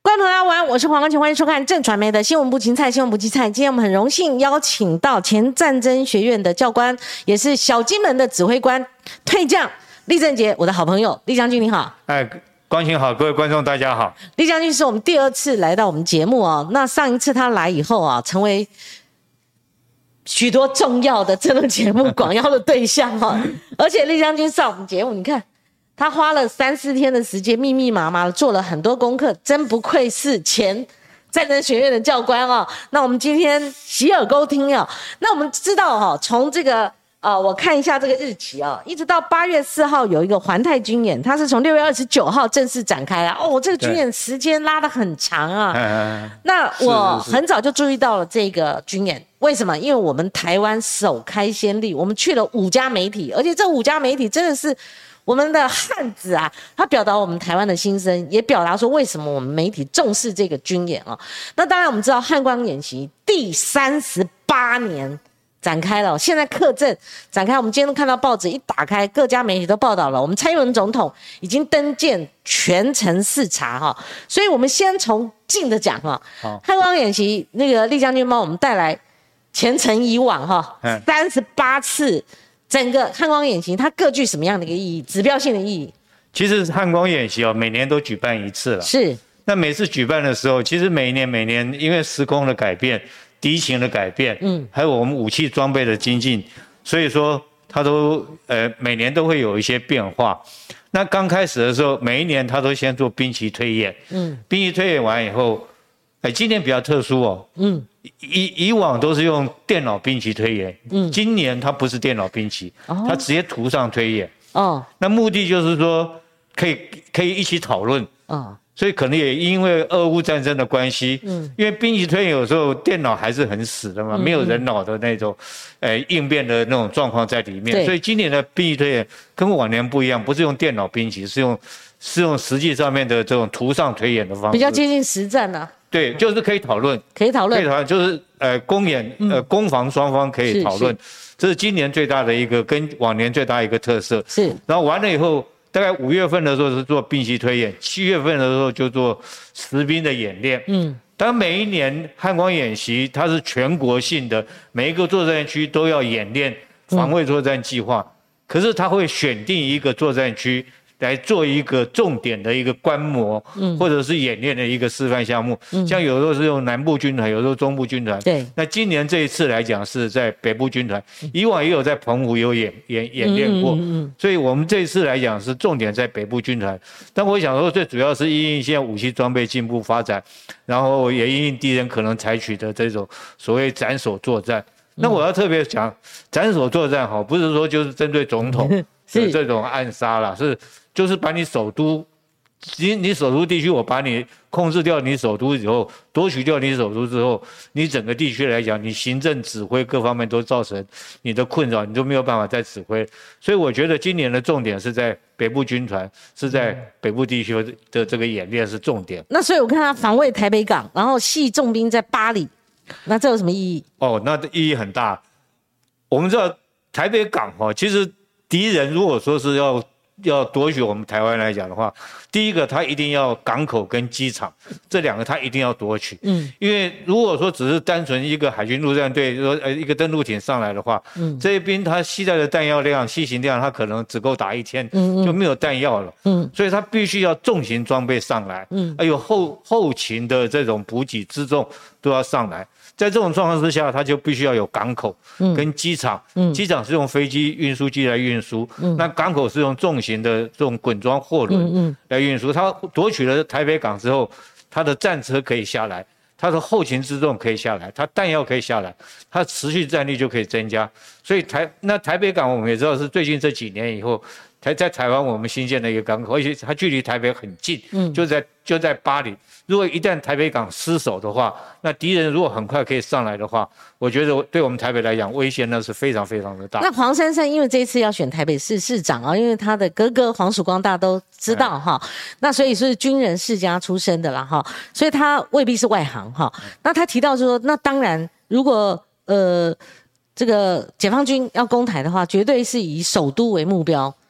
观众朋友大家晚安，我是黄光芹，欢迎收看正传媒的新闻部芹菜。新闻部芹菜，今天我们很荣幸邀请到前战争学院的教官，也是小金门的指挥官退将厉正杰，我的好朋友。厉将军你好。 光芹好，各位观众大家好。 厉将军是我们第二次来到我们节目哦，那上一次他来以后啊，成为许多重要的政论节目广邀的对象哦，而且厉将军上我们节目，你看。他花了3-4天的时间，密密麻麻的做了很多功课，真不愧是前战争学院的教官哦。那我们今天洗耳恭听哦。那我们知道哦，从这个我看一下这个日期哦，一直到8月4号有一个环太军演，它是从6月29号正式展开了哦。这个军演时间拉得很长啊。那我很早就注意到了这个军演，为什么？因为我们台湾首开先例，我们去了5家媒体，而且这5家媒体真的是。我们的汉子啊，他表达我们台湾的心声，也表达说为什么我们媒体重视这个军演哦。那当然我们知道汉光演习第38年展开了，现在课政展开，我们今天都看到报纸一打开，各家媒体都报道了，我们蔡英文总统已经登舰全程视察哈。所以我们先从近的讲哈，汉光演习那个厉将军帮我们带来前程以往哈，38次。整个汉光演习它各具什么样的一个意义，指标性的意义？ 其实汉光演习每年都举办一次了。 是。 那每次举办的时候，其实每年因为时空的改变、敌情的改变，还有我们武器装备的精进，所以说它都每年都会有一些变化。那刚开始的时候，每一年它都先做兵棋推演，兵棋推演完以后，今年比较特殊哦，以往都是用电脑兵棋推演，今年它不是电脑兵棋，它直接图上推演。那目的就是说可以一起讨论。所以可能也因为俄乌战争的关系，因为兵棋推演有时候电脑还是很死的嘛，没有人脑的那种，应变的那种状况在里面。所以今年的兵棋推演跟往年不一样，不是用电脑兵棋，是用实际上面的这种图上推演的方式， 比较接近实战啊。 对，就是可以讨论，就是攻防双方可以讨论，这是今年最大的一个跟往年最大的一个特色。 是， 然后完了以后，大概5月份的时候是做兵棋推演，7月份的时候就做实兵的演练。当然每一年汉光演习它是全国性的，每一个作战区都要演练防卫作战计划，可是它会选定一个作战区。来做一个重点的一个观摩，或者是演练的一个示范项目，像有时候是用南部军团，有时候中部军团。 对， 那今年这一次来讲是在北部军团，以往也有在澎湖有演练过，所以我们这一次来讲是重点在北部军团。但我想说，最主要是因应现在武器装备进步发展，然后也因应敌人可能采取的这种所谓斩首作战。那我要特别讲，斩首作战不是说就是针对总统的这种暗杀啦，就是把你首都，你首都地区，我把你控制掉你首都以后，夺取掉你首都之后，你整个地区来讲，你行政指挥各方面都造成你的困扰，你都没有办法再指挥。所以我觉得今年的重点是在北部军团，是在北部地区的这个演练是重点。 那所以我看他防卫台北港，然后系重兵在巴黎，那这有什么意义？ 那意义很大。我们知道台北港其实敌人如果说是要夺取我们台湾来讲的话，第一个他一定要港口跟机场这2个他一定要夺取。因为如果说只是单纯一个海军陆战队说一个登陆艇上来的话，这一边他携带的弹药量、西行量，他可能只够打1天，就没有弹药了。所以他必须要重型装备上来，还有后勤的这种补给辎重都要上来。在这种状况之下，它就必须要有港口跟机场，机场是用飞机运输机来运输，那港口是用重型的这种滚装货轮来运输。它夺取了台北港之后，它的战车可以下来，它的后勤辎重可以下来，它弹药可以下来，它持续战力就可以增加。所以台北港我们也知道是最近这几年以后，在台湾我们新建的一个港口，而且它距离台北很近，就在巴黎。如果一旦台北港失守的话，那敌人如果很快可以上来的话，我觉得对我们台北来讲威胁呢是非常非常的大。 那黄珊珊因为这一次要选台北市市长因为他的哥哥黄曙光大家都知道那所以是军人世家出身的啦所以他未必是外行那他提到说，那当然如果这个解放军要攻台的话，绝对是以首都为目标。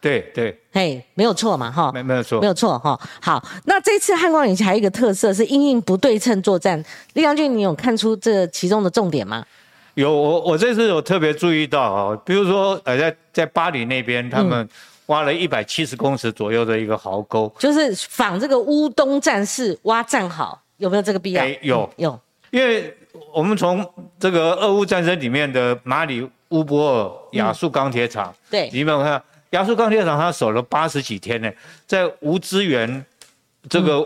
对对， 嘿，没有错嘛，哈， 没有错， 没有错哈。好，那这次汉光演习还有一个特色是因应不对称作战，立将军，你有看出这其中的重点吗？ 有，我这次有特别注意到啊，比如说在巴黎那边，他们挖了170公尺左右的一个壕沟， 就是仿这个乌东战事挖战壕，有没有这个必要？ 有，因为我们从这个俄乌战争里面的马里乌波尔亚速钢铁厂， 对， 你们看亚速钢铁厂，它守了80几天呢，在无资源、这个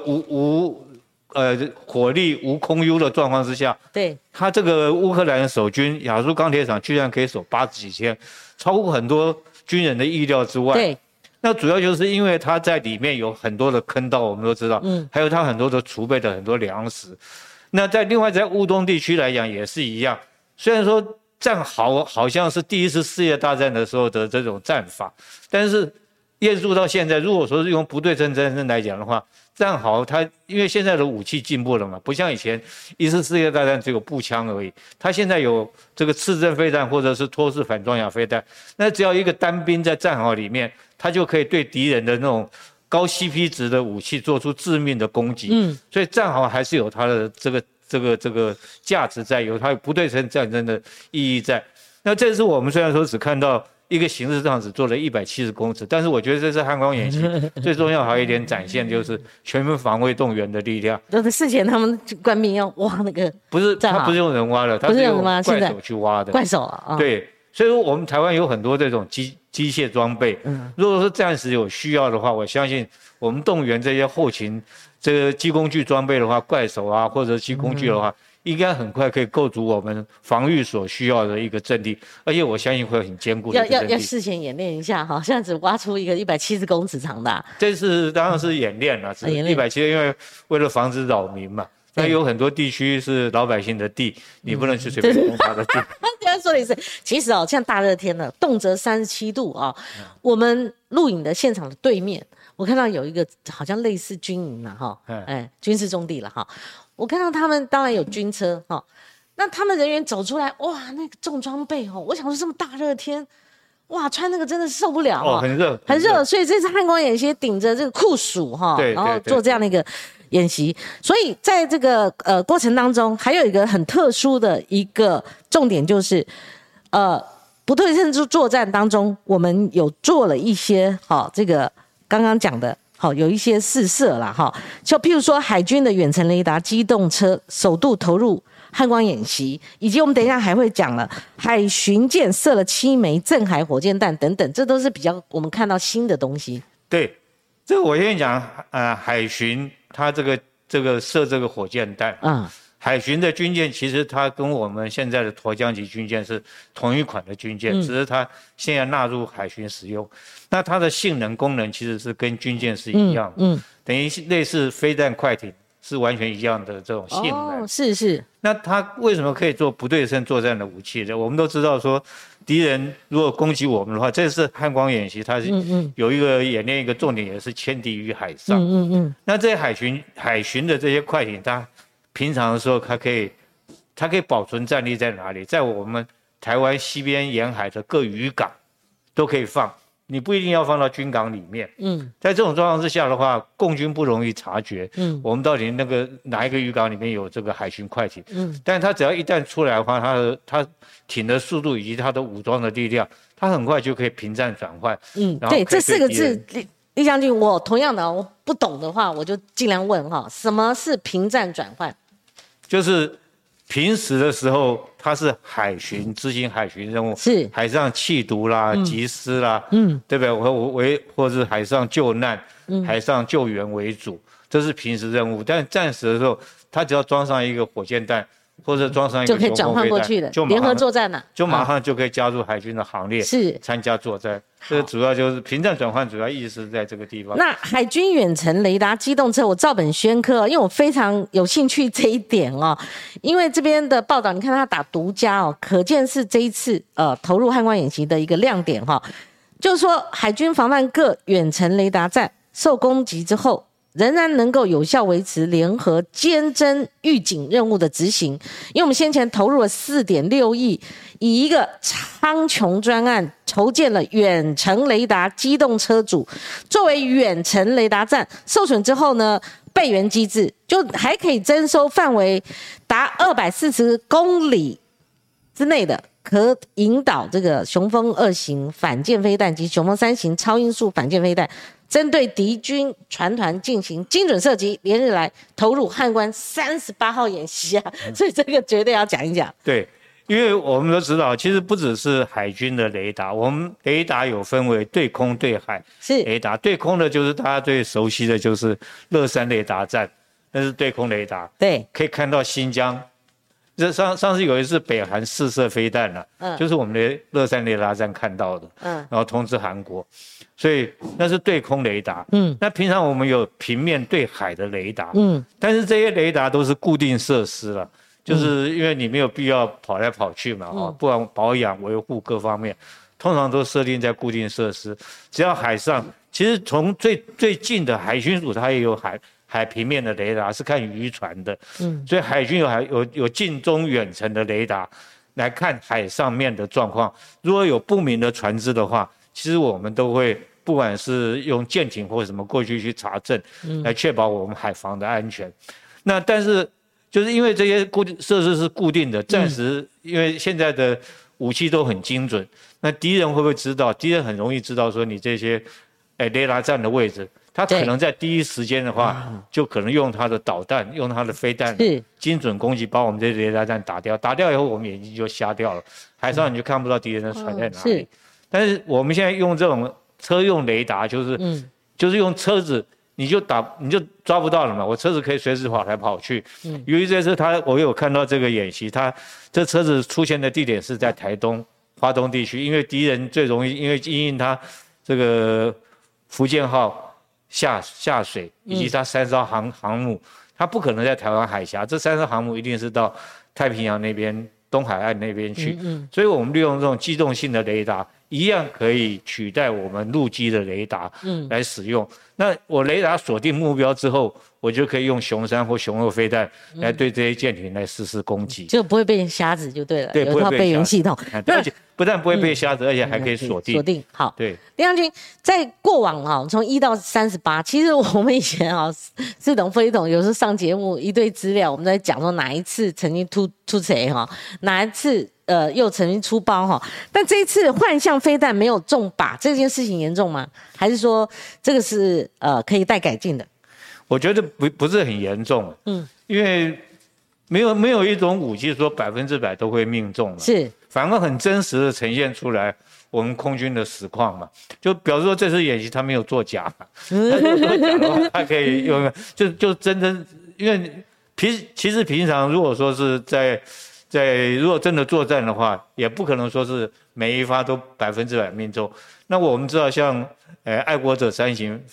火力无空优的状况之下， 对， 他这个乌克兰守军亚速钢铁厂居然可以守80几天，超过很多军人的意料之外。 对， 那主要就是因为它在里面有很多的坑道，我们都知道，还有它很多的储备的很多粮食。那另外在乌东地区来讲也是一样，虽然说战壕好像是第一次世界大战的时候的这种战法，但是验入到现在，如果说是用不对称战争来讲的话，战壕它因为现在的武器进步了嘛，不像以前一次世界大战只有步枪而已，它现在有这个刺针飞弹或者是托式反装甲飞弹，那只要一个单兵在战壕里面，它就可以对敌人的那种高 CP 值的武器做出致命的攻击。所以战壕还是有它的这个价值在，有它不对称战争的意义在。那这次我们虽然说只看到一个形式上只做了170公尺，但是我觉得这次汉光演习最重要还有一点展现就是全民防卫动员的力量。 就是事前他们官兵要挖那个， 不是，他不是用人挖的，他是用怪手去挖的。 怪手啊， 对，所以说我们台湾有很多这种机械装备，如果说暂时有需要的话，我相信我们动员这些后勤这个机工具装备的话，怪手啊或者机工具的话，应该很快可以构筑我们防御所需要的一个阵地，而且我相信会很坚固的一个阵地。 要事前演练一下哈，现在只挖出一个170公尺长的。 这次当然是演练了，是170，因为为了防止扰民嘛。那有很多地区是老百姓的地，你不能去随便动他的地。 对，说的也是。其实哦，像大热天的，动辄37度啊，我们录影的现场的对面，我看到有一个好像类似军营了哈，军事重地了哈。我看到他们当然有军车哈，那他们人员走出来，哇，那个重装备哦，我想说这么大热天，哇，穿那个真的受不了啊， 很热， 很热。所以这次汉光演习顶着这个酷暑哈，然后做这样的一个演习，所以在这个过程当中，还有一个很特殊的一个重点就是，不对称作战当中，我们有做了一些这个刚刚讲的。好，有一些试射啦，哈，就譬如说海军的远程雷达机动车首度投入汉光演习，以及我们等一下还会讲了，海巡舰射了7枚镇海火箭弹等等，这都是比较我们看到新的东西。 对，这个我先讲，海巡它这个射这个火箭弹，海巡的军舰其实它跟我们现在的沱江级军舰是同一款的军舰，只是它现在纳入海巡使用。那它的性能功能其实是跟军舰是一样的，等于类似飞弹快艇是完全一样的这种性能。 是。那它为什么可以做不对称作战的武器呢？我们都知道说，敌人如果攻击我们的话，这次汉光演习它是有一个演练一个重点，也是歼敌于海上。那这些海巡的这些快艇，它平常的时候它可以保存战力在哪里？在我们台湾西边沿海的各渔港都可以放，你不一定要放到军港里面。在这种状况之下的话，共军不容易察觉。我们到底哪一个渔港里面有这个海巡快艇？但是它只要一旦出来的话，它艇的速度以及它的武装的力量，它很快就可以平战转换。 对，这4个字。立将军，我同样的，我不懂的话，我就尽量问哈，什么是平战转换？就是平时的时候，它是海巡执行海巡任务， 是海上缉毒啦、缉私啦，对不对？或是海上救难、海上救援为主，这是平时任务。但战时的时候，它只要装上一个火箭弹，或者装上一个就可以转换过去的，就联合作战了， 就马上就可以加入海军的行列， 是参加作战。这主要就是平战转换，主要意思是在这个地方。 那海军远程雷达机动车，我照本宣科，因为我非常有兴趣这一点哦。因为这边的报道，你看他打独家哦，可见是这一次投入汉光演习的一个亮点哈。就是说，海军防范各远程雷达站受攻击之后， 仍然能够有效维持联合监侦预警任务的执行。因为我们先前投入了4.6亿，以一个苍穹专案筹建了远程雷达机动车组，作为远程雷达站受损之后呢，备援机制就还可以征收范围达240公里之内的，可引导这个雄风2型反舰飞弹及雄风3型超音速反舰飞弹，针对敌军船团进行精准射击，连日来投入汉光38号演习啊，所以这个绝对要讲一讲。 对，因为我们都知道，其实不只是海军的雷达，我们雷达有分为对空对海雷达。对空的就是大家最熟悉的就是乐山雷达站，那是对空雷达， 对， 可以看到新疆。这上次有一次北韩试射飞弹了，就是我们的乐山雷达站看到的，然后通知韩国，所以那是对空雷达。那平常我们有平面对海的雷达，但是这些雷达都是固定设施了，就是因为你没有必要跑来跑去嘛，不管保养维护各方面，通常都设定在固定设施。只要海上，其实从最近的海巡署，它也有海平面的雷达，是看渔船的，所以海军有近中远程的雷达来看海上面的状况。如果有不明的船只的话，其实我们都会不管是用舰艇或什么过去查证，来确保我们海防的安全。那但是就是因为这些固定设施是固定的，暂时因为现在的武器都很精准，那敌人会不会知道？敌人很容易知道说你这些雷达站的位置。他可能在第一时间的话，就可能用他的导弹、用他的飞弹，精准攻击，把我们这些雷达站打掉。打掉以后，我们眼睛就瞎掉了，海上你就看不到敌人的船在哪里。但是我们现在用这种车用雷达，就是用车子，你就抓不到了嘛。我车子可以随时跑来跑去。由于这次我有看到这个演习，这车子出现的地点是在台东、花东地区，因为敌人最容易，因为因应他这个福建号。下水以及它3艘航母，它不可能在台湾海峡，这3艘航母一定是到太平洋那边、东海岸那边去。所以我们利用这种机动性的雷达，一样可以取代我们陆基的雷达来使用。那我雷达锁定目标之后，我就可以用雄3或雄2飞弹来对这些舰艇来实施攻击， 就不会被瞎子就对了。 对， 有套备援系统， 而且不但不会被瞎子，而且还可以锁定。 好， 对。 林将军，在过往从1到38，其实我们以前似懂非懂，有时候上节目一堆资料，我们在讲说哪一次曾经突贼哪一次又曾经出包但这一次幻象飞弹没有中靶，这件事情严重吗？还是说这个是可以待改进的？ 我觉得不是很严重，因为没有一种武器说100%都会命中，是反而很真实的呈现出来我们空军的实况嘛，就表示说这次演习他没有作假嘛，他如果作假的话，他可以用就真，因为其实平常如果说是在如果真的作战的话，也不可能说是每一发都100%命中。那我们知道像爱国者3型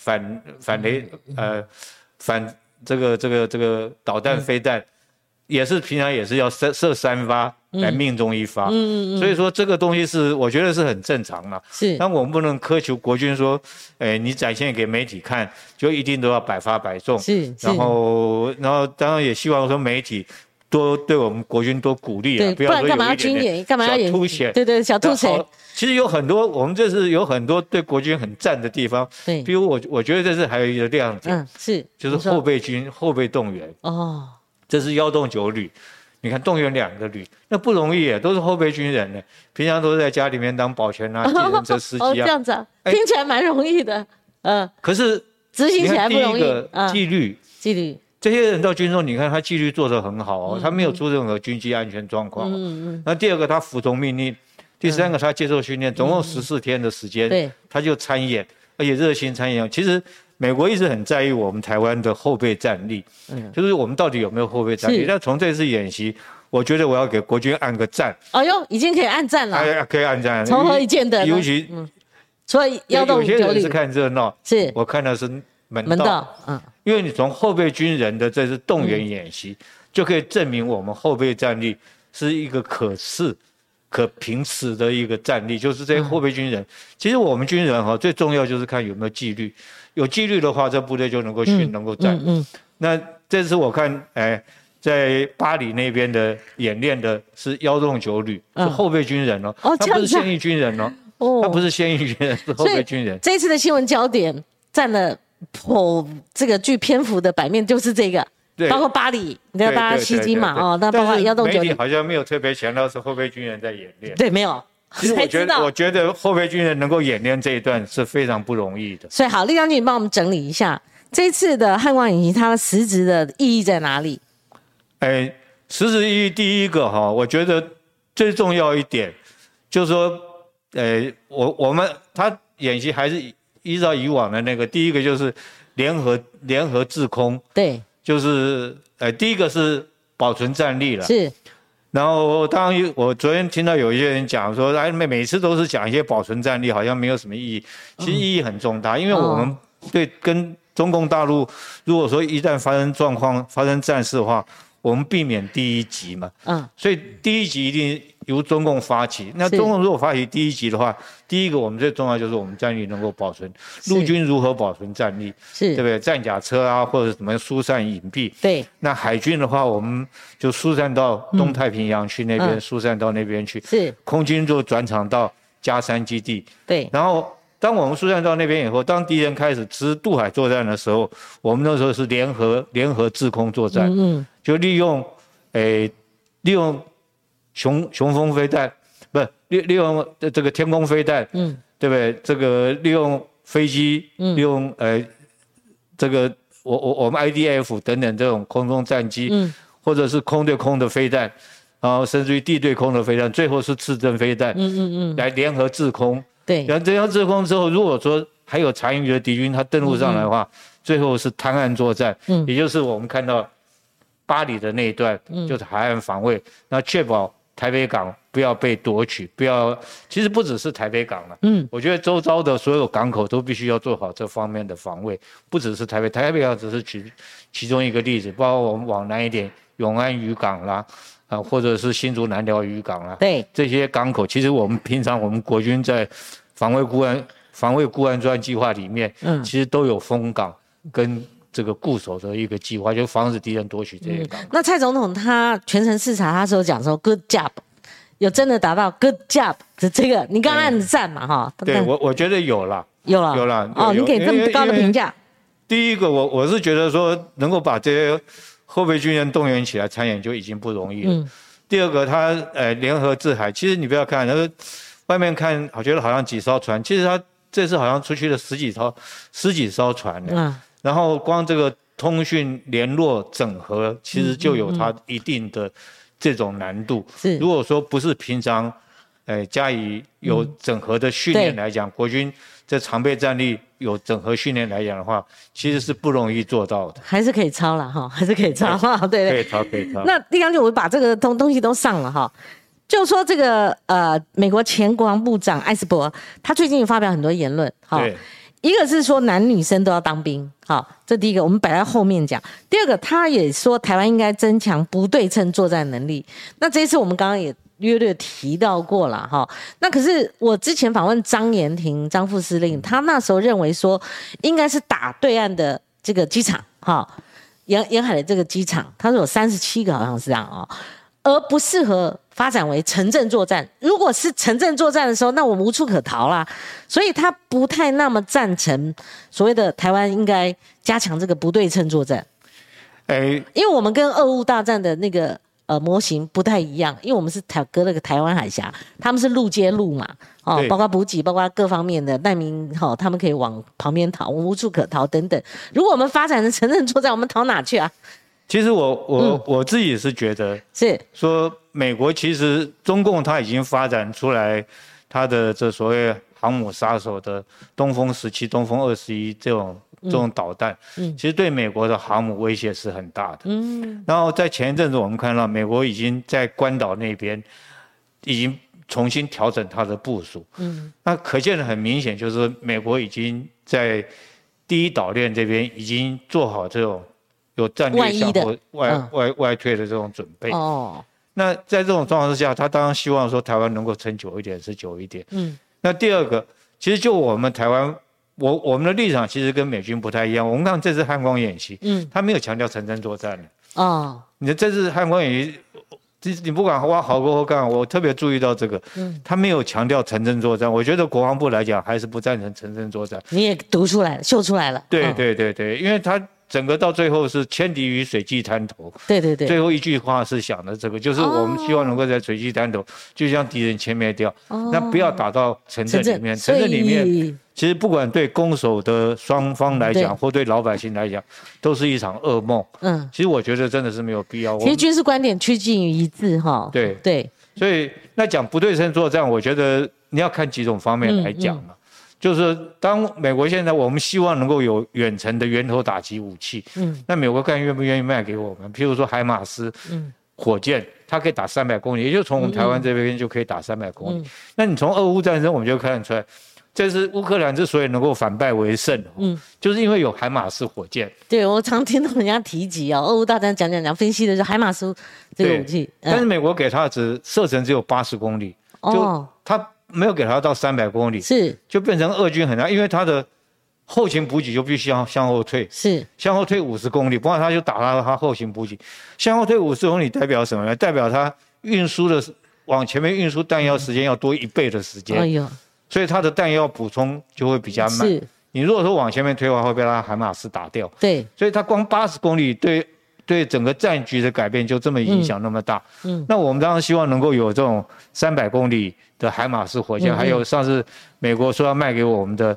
反这个导弹飞弹，也是平常也是要射3发来命中1发，所以说这个东西我觉得是很正常的。是，但我们不能苛求国军说，你展现给媒体看，就一定都要100发100中。是，然后当然也希望说媒体多对我们国军多鼓励啊，不要说有一点点小凸显。不然干嘛要军演？干嘛要演？对，小凸显。其实有很多，我们这是有很多对国军很赞的地方。对，比如我觉得这是还有一个亮点，就是后备军后备动员。这是1洞9旅，你看动员2个旅，那不容易耶，都是后备军人呢，平常都是在家里面当保全啊、计程车司机啊。这样子听起来蛮容易的。可是执行起来不容易。第一个纪律。这些人到军中，你看他纪律做得很好他没有出任何军机安全状况。那第二个，他服从命令；第三个，他接受训练，总共14天的时间，他就参演，而且热心参演。其实美国一直很在意我们台湾的后备战力，就是我们到底有没有后备战力。但从这次演习，我觉得我要给国军按个赞。已经可以按赞了。可以按赞。从何以见得呢？尤其除了有些人是看热闹，我看的是门道。因为你从后备军人的这次动员演习，就可以证明我们后备战力是一个可可凭持的一个战力，就是这些后备军人。其实我们军人最重要就是看有没有纪律，有纪律的话，这部队就能够训，能够战。那这次我看，在巴黎那边的演练的是169旅，是后备军人他不是现役军人他不是现役军人，是后备军人。 这一次的新闻焦点占了这个具篇幅的版面就是这个。包括巴黎，你要大家吸睛嘛那包括169旅， 媒体好像没有特别强调是后备军人在演练。 对，没有。 其实我觉得后备军人能够演练这一段是非常不容易的。 所以好，厉将军，你帮我们整理一下这次的汉光演习，它的实质的意义在哪里？ 实质意义第一个我觉得最重要一点就是说，我们他演习还是依照以往的那个，第一个就是联合制空， 对。 就是第一个是保存战力了， 是。 然后当然我昨天听到有一些人讲说，每次都是讲一些保存战力，好像没有什么意义。其实意义很重大，因为我们对跟中共大陆，如果说一旦发生状况、发生战事的话，我们避免第一击嘛。所以第一击一定由中共发起。那中共如果发起第一击的话，第一个我们最重要就是我们战力能够保存。陆军如何保存战力？对不对？战甲车或者什么疏散隐蔽。 对。 那海军的话，我们就疏散到东太平洋去那边，疏散到那边去。 是。 空军就转场到嘉山基地。 对。 然后当我们疏散到那边以后，当敌人开始吃渡海作战的时候，我们那时候是联合制空作战。就利用雄风飞弹，不是利用这个天空飞弹，对不对？这个利用飞机，利用这个我们 IDF 等等这种空中战机，或者是空对空的飞弹，然后甚至于地对空的飞弹，最后是刺针飞弹，来联合制空。 对， 然后联合制空之后，如果说还有残余的敌军他登陆上来的话，最后是滩岸作战，也就是我们看到巴黎的那一段，就是海岸防卫，那确保台北港不要被夺取，其实不只是台北港了，我觉得周遭的所有港口都必须要做好这方面的防卫，不只是台北港只是其中一个例子，包括我们往南一点，永安渔港啦，或者是新竹南寮渔港啦， 对， 这些港口，其实我们平常我们国军在防卫固安专计划里面，其实都有封港跟这个固守的一个计划，就防止敌人夺取这些港口。 那蔡总统他全程视察，他是有讲说 good job， 有真的达到 good job 的这个，你刚刚按赞嘛对，我觉得有了。 你给这么高的评价。 第一个，我是觉得说能够把这些后备军人动员起来参演就已经不容易了。第二个，他联合制海，其实你不要看那个外面看，我觉得好像几艘船，其实他这次好像出去了十几艘船呢。然后光这个通讯联络整合，其实就有它一定的这种难度。如果说不是平常，加以有整合的训练来讲，国军这常备战力有整合训练来讲的话，其实是不容易做到的。 还是可以抄了还是可以抄对。 可以抄。 那厉将军，我把这个东西都上了就说这个美国前国防部长艾斯伯，他最近也发表很多言论对。 一个是说男女生都要当兵，这第一个我们摆在后面讲。第二个，他也说台湾应该增强不对称作战能力。那这一次我们刚刚也略提到过了那可是我之前访问张延廷张副司令，他那时候认为说应该是打对岸的这个机场沿海的这个机场，他说有37个好像是这样而不适合发展为城镇作战。如果是城镇作战的时候，那我们无处可逃啦。所以他不太那么赞成所谓的台湾应该加强这个不对称作战。因为我们跟俄乌大战的那个模型不太一样，因为我们是隔了个台湾海峡，他们是陆接陆嘛包括补给，包括各方面的难民他们可以往旁边逃，我们无处可逃等等。如果我们发展成城镇作战，我们逃哪去啊？ 其实我自己是觉得，是说美国其实中共它已经发展出来它的这所谓航母杀手的东风17、东风21这种导弹，其实对美国的航母威胁是很大的。然后在前一阵子我们看到美国已经在关岛那边已经重新调整它的部署。那可见的很明显就是美国已经在第一岛链这边已经做好这种有战略向后外退的这种准备。 那在这种状况之下，他当然希望说台湾能够撑久一点，是久一点。那第二个，其实就我们台湾，我们的立场其实跟美军不太一样。我们看这次汉光演习，他没有强调城镇作战的。哦，你的这次汉光演习，你不管挖壕沟或干嘛，我特别注意到这个，他没有强调城镇作战。我觉得国防部来讲还是不赞成城镇作战。 你也读出来了，秀出来了。 对对对对，因为他整个到最后是千敌于水际滩头。对对对，最后一句话是想的这个，就是我们希望能够在水际滩头，就将敌人歼灭掉，那不要打到城镇里面。城镇里面，其实不管对攻守的双方来讲，或对老百姓来讲，都是一场噩梦。其实我觉得真的是没有必要。 其实军事观点趋近于一致哈。 对对，所以那讲不对称作战，我觉得你要看几种方面来讲嘛。就是当美国现在我们希望能够有远程的源头打击武器，那美国看愿不愿意卖给我们？譬如说海马斯，火箭，它可以打300公里，也就从我们台湾这边就可以打300公里。那你从俄乌战争我们就看得出来，这是乌克兰之所以能够反败为胜，就是因为有海马斯火箭。对，我常听到人家提及俄乌大战讲分析的是海马斯这个武器，但是美国给它射程只有80公里，就它没有给他到300公里，是就变成俄军很难，因为他的后勤补给就必须要向后退，是向后退50公里，不然他就打他后勤补给。向后退50公里代表什么呢？代表他运输的往前面运输弹药时间要多1倍的时间，所以他的弹药补充就会比较慢。是你如果说往前面推的话，会被他海马斯打掉。对，所以他光80公里对整个战局的改变就这么影响那么大。那我们当然希望能够有这种300公里的海马斯火箭，还有上次美国说要卖给我们的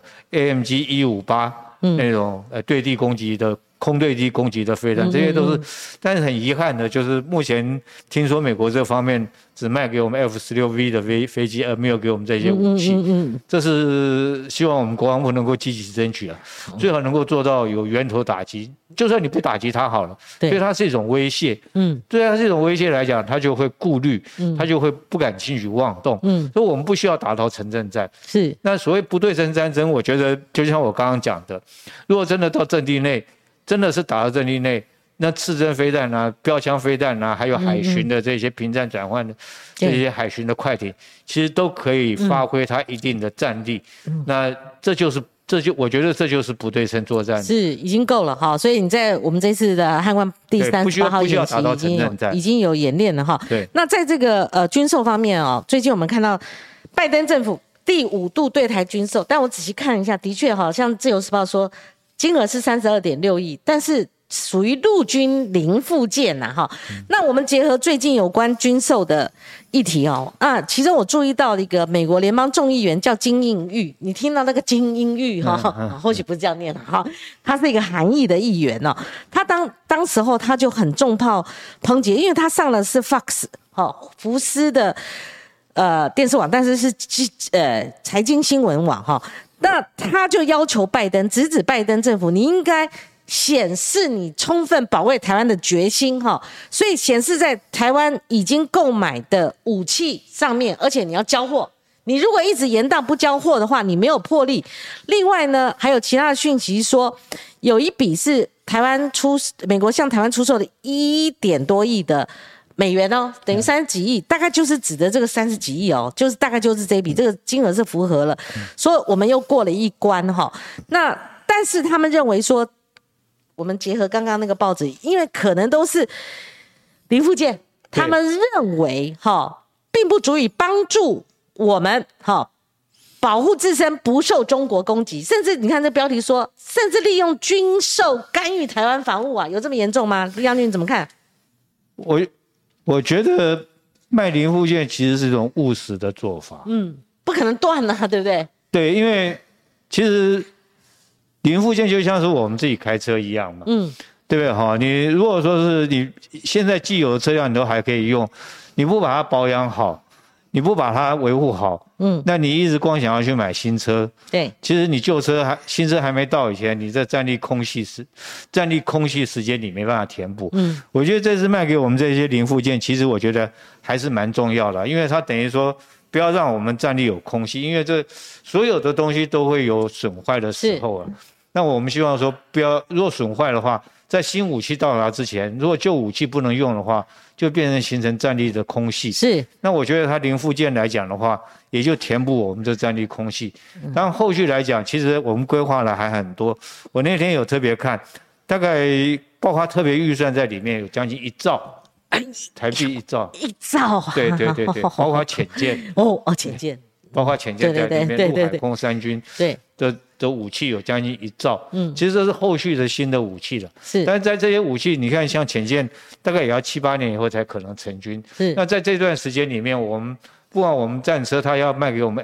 AMG-158那种对地攻击的空对地攻击的飞弹，这些都是，但是很遗憾的就是目前听说美国这方面只卖给我们 F-16V 的飞机，而没有给我们这些武器。这是希望我们国防部能够积极争取啊，最好能够做到有源头打击，就算你不打击它好了，对它是一种威胁。对它是一种威胁来讲，它就会顾虑，它就会不敢轻举妄动。所以我们不需要打到城镇战。是那所谓不对称战争，我觉得就像我刚刚讲的，如果真的到阵地内，真的是打到阵地内，那刺针飞弹啊、标枪飞弹啊，还有海巡的这些平战转换的这些海巡的快艇，其实都可以发挥它一定的战力。那我觉得这就是不对称作战，是已经够了哈。所以你在我们这次的汉光第38号演习已经有演练了哈。对。那在这个军售方面哦，最近我们看到拜登政府第5度对台军售，但我仔细看一下，的确好像自由时报说金额是32.6亿，但是属于陆军零附件呐哈。那我们结合最近有关军售的议题哦，其中我注意到一个美国联邦众议员叫金英玉，你听到那个金英玉哈，或许不是这样念哈，他是一个韩裔的议员哦，他当时候他就很重炮抨击，因为他上的是 Fox 福斯的电视网，但是是财经新闻网哈。那他就要求拜登，直指拜登政府，你应该显示你充分保卫台湾的决心哈，所以显示在台湾已经购买的武器上面，而且你要交货。你如果一直延宕不交货的话，你没有魄力。另外呢，还有其他的讯息说，有一笔是美国向台湾出售的1点多亿的美元哦，等于30几亿，大概就是指的这个30几亿哦，就是大概就是这一笔，这个金额是符合了，所以我们又过了一关哈。那但是他们认为说，我们结合刚刚那个报纸，因为可能都是零附件，他们认为并不足以帮助我们保护自身不受中国攻击，甚至你看这标题说，甚至利用军售干预台湾防务啊，有这么严重吗？李将军怎么看？我觉得卖零附件其实是一种务实的做法，不可能断了，对不对？对，因为其实零附件就像是我们自己开车一样嘛，对不对？你如果说是你现在既有的车辆你都还可以用，你不把它保养好，你不把它维护好，那你一直光想要去买新车，对，其实你旧车新车还没到以前，你这战力空隙时间你没办法填补。我觉得这次卖给我们这些零附件，其实我觉得还是蛮重要的，因为它等于说不要让我们战力有空隙，因为这所有的东西都会有损坏的时候啊。 那我们希望说不要，如果损坏的话，在新武器到达之前，如果旧武器不能用的话，就变成形成战力的空隙。 是， 那我觉得它零附件来讲的话，也就填补我们这战力空隙。当然后续来讲，其实我们规划了还很多。我那天有特别看，大概包括特别预算在里面有将近1兆台币，1兆 ，1兆， 对，包括潜舰潜舰， 包括潜舰在里面，陆海空三军的武器有将近1兆，其实这是后续的新的武器了。 是， 但是在这些武器，你看像潜舰，大概也要7、8年以后才可能成军。 是， 那在这段时间里面，我们不管我们战车，它要卖给我们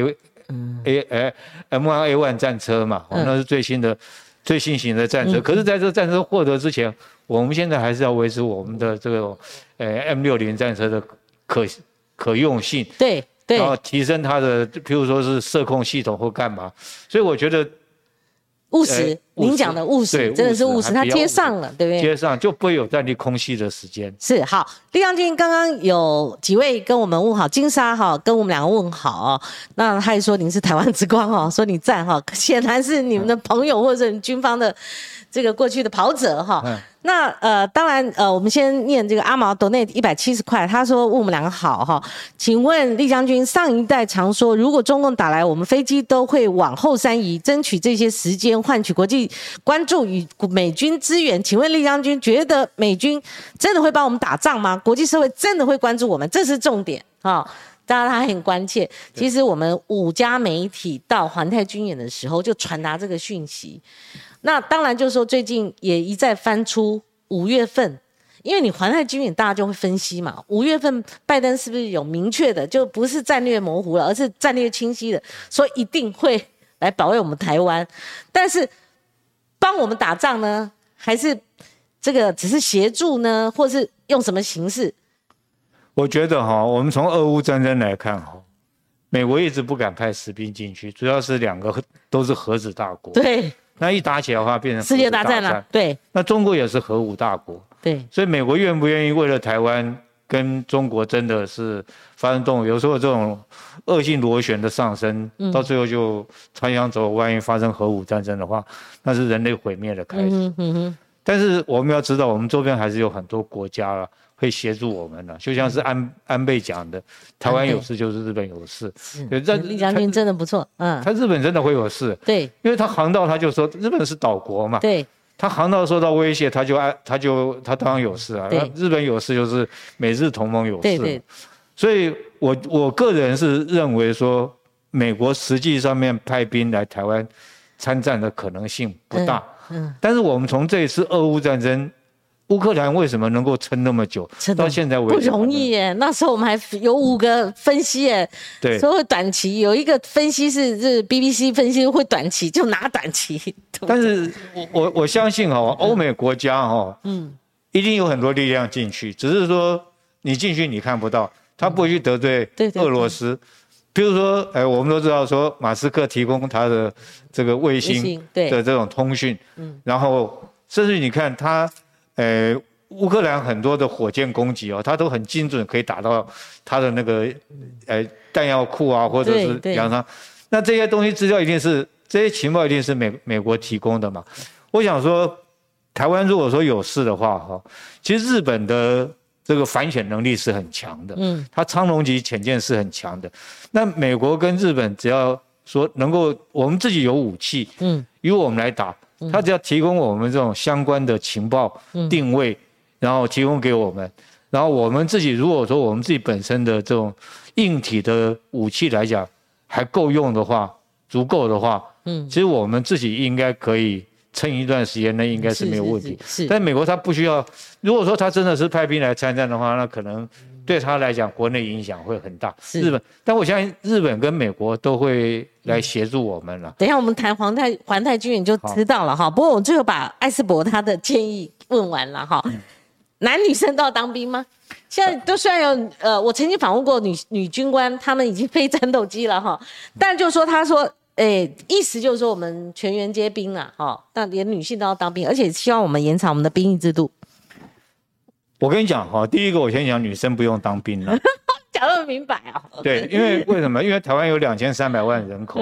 M1A1 战车嘛，那是最新型的战车。可是在这个战车获得之前，我们现在还是要维持我们的这个M60战车的可用性。 对。 然后提升它的，譬如说是射控系统或干嘛，所以我觉得务实，您讲的务实，真的是务实，它接上了，对不对？ 接上就不会有战力空隙的时间。 是，好，厉将军刚刚有几位跟我们问好，金沙哈跟我们两个问好哦，那他也说您是台湾之光哦，说你赞哈，显然是你们的朋友或者军方的这个过去的跑者哈。那当然我们先念这个阿毛donate170块，他说问我们两个好哈，请问厉将军，上一代常说如果中共打来，我们飞机都会往后山移，争取这些时间换取国际关注与美军支援，请问厉将军觉得美军真的会帮我们打仗吗？国际社会真的会关注我们？这是重点啊。当然他很关切，其实我们5家媒体到环太军演的时候就传达这个讯息。那当然就是说最近也一再翻出5月份，因为你环太军演大家就会分析嘛，5月份拜登是不是有明确的，就不是战略模糊了，而是战略清晰的，所以一定会来保卫我们台湾。但是帮我们打仗呢，还是这个只是协助呢，或是用什么形式？ 我觉得我们从俄乌战争来看美国一直不敢派士兵进去，主要是2个都是核子大国。 对。 那一打起来的话，变成世界大战了。对。 那中国也是核武大国。 对。 所以美国愿不愿意为了台湾跟中国真的是发生动武？有时候这种恶性螺旋的上升，到最后就穿向走，万一发生核武战争的话，那是人类毁灭的开始。但是我们要知道，我们周边还是有很多国家了。会协助我们了，就像是安倍讲的，台湾有事就是日本有事。 厉将军真的不错， 他日本真的会有事， 对， 因为他航道他就说日本是岛国嘛， 对， 他航道受到威胁，他当然有事啊。日本有事就是美日同盟有事，对。所以我个人是认为说，美国实际上面派兵来台湾参战的可能性不大。但是我们从这一次俄乌战争。乌克兰为什么能够撑那么久？到现在为止不容易耶。那时候我们还有5个分析耶， 对， 说会短期有一个分析是 BBC 分析会短期就拿短期。 但是我相信欧美国家一定有很多力量进去，只是说你进去你看不到，他不会去得罪俄罗斯。比如说，我们都知道说马斯克提供他的这个卫星的这种通讯，然后甚至你看他。乌克兰很多的火箭攻击它都很精准，可以打到它的那个弹药库啊，或者是洋上。那这些东西资料这些情报一定是美国提供的嘛？我想说，台湾如果说有事的话其实日本的这个反潜能力是很强的，它苍龙级潜舰是很强的。那美国跟日本只要说能够我们自己有武器，由我们来打。他只要提供我们这种相关的情报定位，然后提供给我们，然后我们自己如果说我们自己本身的这种硬体的武器来讲还够用的话，足够的话，其实我们自己应该可以撑一段时间，那应该是没有问题。但美国他不需要，如果说他真的是派兵来参战的话，那可能对他来讲国内影响会很大。日本，但我相信日本跟美国都会来协助我们了。 等一下我们谈环太军演就知道了哈。不过我最后把艾斯伯他的建议问完了哈。男女生都要当兵吗？现在都虽然有我曾经访问过女军官，他们已经飞战斗机了哈，但就是说他说。意思就是说我们全员皆兵啦，那连女性都要当兵，而且希望我们延长我们的兵役制度。 我跟你讲第一个我先讲女生不用当兵了。 讲得很明白啊。 对，因为为什么？因为台湾有2300万人口，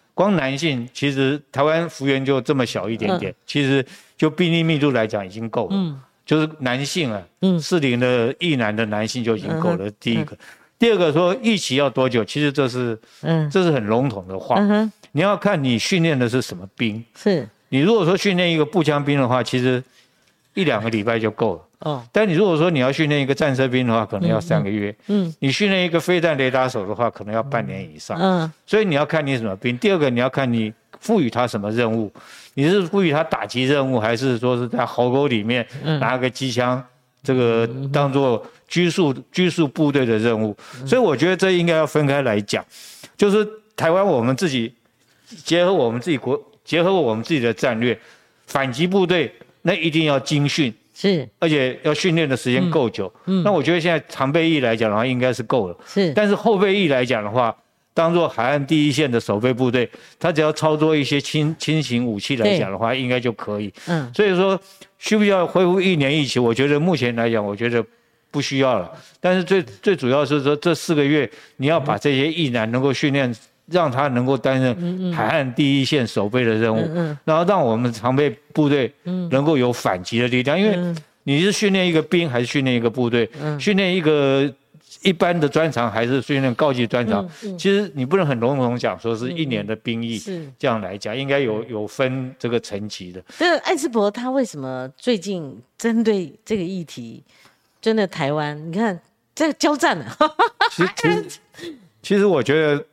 光男性其实台湾幅员就这么小一点点，其实就病例密度来讲已经够了。就是男性啊，适龄的役男的男性就已经够了。第一个，第二个说役期要多久，其实这是很笼统的话。你要看你训练的是什么兵。是你如果说训练一个步枪兵的话，其实1-2个礼拜就够了。但你如果说你要训练一个战车兵的话，可能要3个月。你训练一个飞弹雷达手的话，可能要半年以上。所以你要看你什么兵。第二个，你要看你赋予他什么任务，你是赋予他打击任务，还是说是在壕沟里面拿个机枪，这个当做拘束部队的任务。所以我觉得这应该要分开来讲，就是台湾我们自己结合我们自己的战略，反击部队那一定要精训。是，而且要训练的时间够久。那我觉得现在常备役来讲的话，应该是够了。是，但是后备役来讲的话，当做海岸第一线的守备部队，他只要操作一些轻型武器来讲的话，应该就可以。所以说需不需要恢复1年役期？我觉得目前来讲，我觉得不需要了。但是最主要是说这4个月，你要把这些役男能够训练。让他能够担任海岸第一线守备的任务，然后让我们常备部队能够有反击的力量。因为你是训练一个兵还是训练一个部队，训练一个一般的专长还是训练高级专长，其实你不能很笼统讲说是1年的兵役，这样来讲应该有分这个层级的。 这艾斯伯他为什么最近针对这个议题，真的台湾你看这个交战了？ 其实我觉得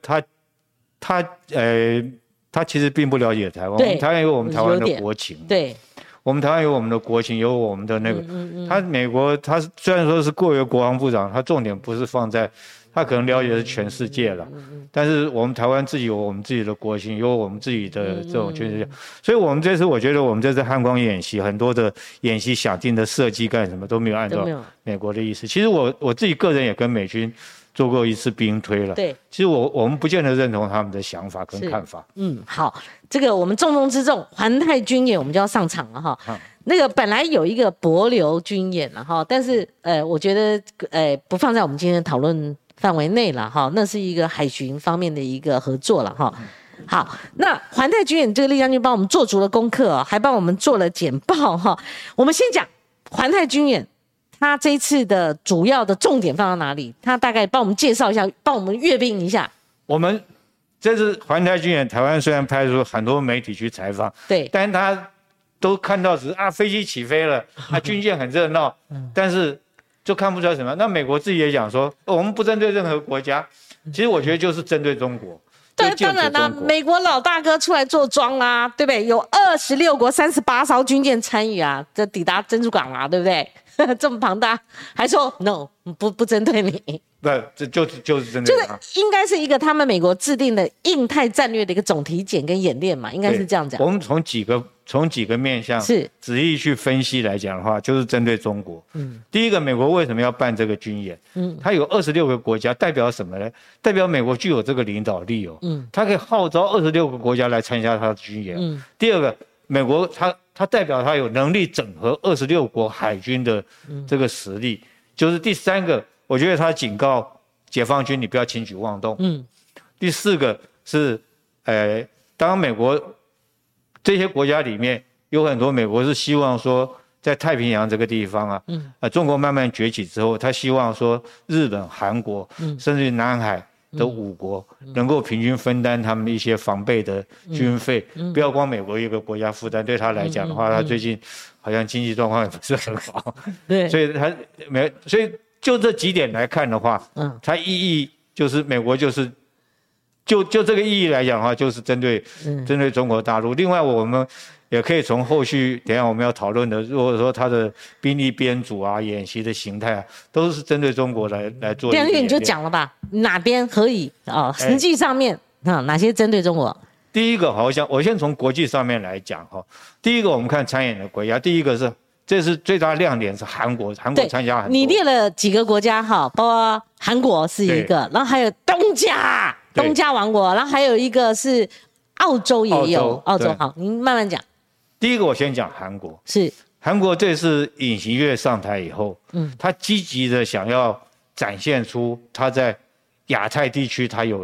他其实并不了解台湾。我们台湾有我们台湾的国情，对，我们台湾有我们的国情，有我们的那个。他美国，他虽然说是过于国防部长，他重点不是放在，他可能了解的是全世界了。但是我们台湾自己有我们自己的国情，有我们自己的这种全世界。所以我们这次，我觉得我们这次汉光演习，很多的演习想定的设计干什么都没有按照美国的意思。其实我自己个人也跟美军做过一次兵推了，对，其实我们不见得认同他们的想法跟看法。 好，这个我们重中之重，环太军演我们就要上场了哈。那个本来有一个帛琉军演了哈，但是我觉得不放在我们今天的讨论范围内了哈，那是一个海巡方面的一个合作了哈。好，那环太军演这个厉将军帮我们做足了功课，还帮我们做了简报哈。我们先讲环太军演。他这一次的主要的重点放到哪里？他大概帮我们介绍一下，帮我们阅兵一下。 我们这次环太军演，台湾虽然派出很多媒体去采访，对，但他都看到只是飞机起飞了，军舰很热闹，但是就看不出来什么。那美国自己也讲说，我们不针对任何国家，其实我觉得就是针对中国。 对，当然啦，美国老大哥出来坐庄啦，对不对？有26国38艘军舰参与啊，这抵达珍珠港啊，对不对？这么庞大，还说 no 不针对你， 不，这就是针对他， 就是应该是一个他们美国制定的印太战略的一个总体检跟演练嘛，应该是这样讲。 我们从几个面向是仔细去分析来讲的话，就是针对中国。第一个，美国为什么要办这个军演？它有26个国家，代表什么呢？代表美国具有这个领导力哦。它可以号召26个国家来参加它的军演。第二个，美国它代表它有能力整合26国海军的这个实力，就是第三个，我觉得它警告解放军你不要轻举妄动。第四个是，当美国这些国家里面有很多美国是希望说在太平洋这个地方中国慢慢崛起之后，他希望说日本、韩国，甚至于南海的5国能够平均分担他们一些防备的军费，不要光美国一个国家负担。对他来讲的话，他最近好像经济状况也不是很好，对，所以就这几点来看的话，它意义就是美国就是就这个意义来讲的话，就是针对中国大陆。另外我们也可以从后续等一下我们要讨论的，如果说他的兵力编组啊、演习的形态都是针对中国来做。 第二个你就讲了吧，哪边可以实际上面哪些针对中国？ 第一个，我先从国际上面来讲哈。第一个，我们看参演的国家，第一个这是最大亮点是韩国参加很多。 你列了几个国家哈，包括韩国是一个，然后还有东家王国，然后还有一个是澳洲也有，澳洲好，您慢慢讲。 第一个我先讲韩国，是韩国这次尹锡悦上台以后，他积极的想要展现出他在亚太地区他有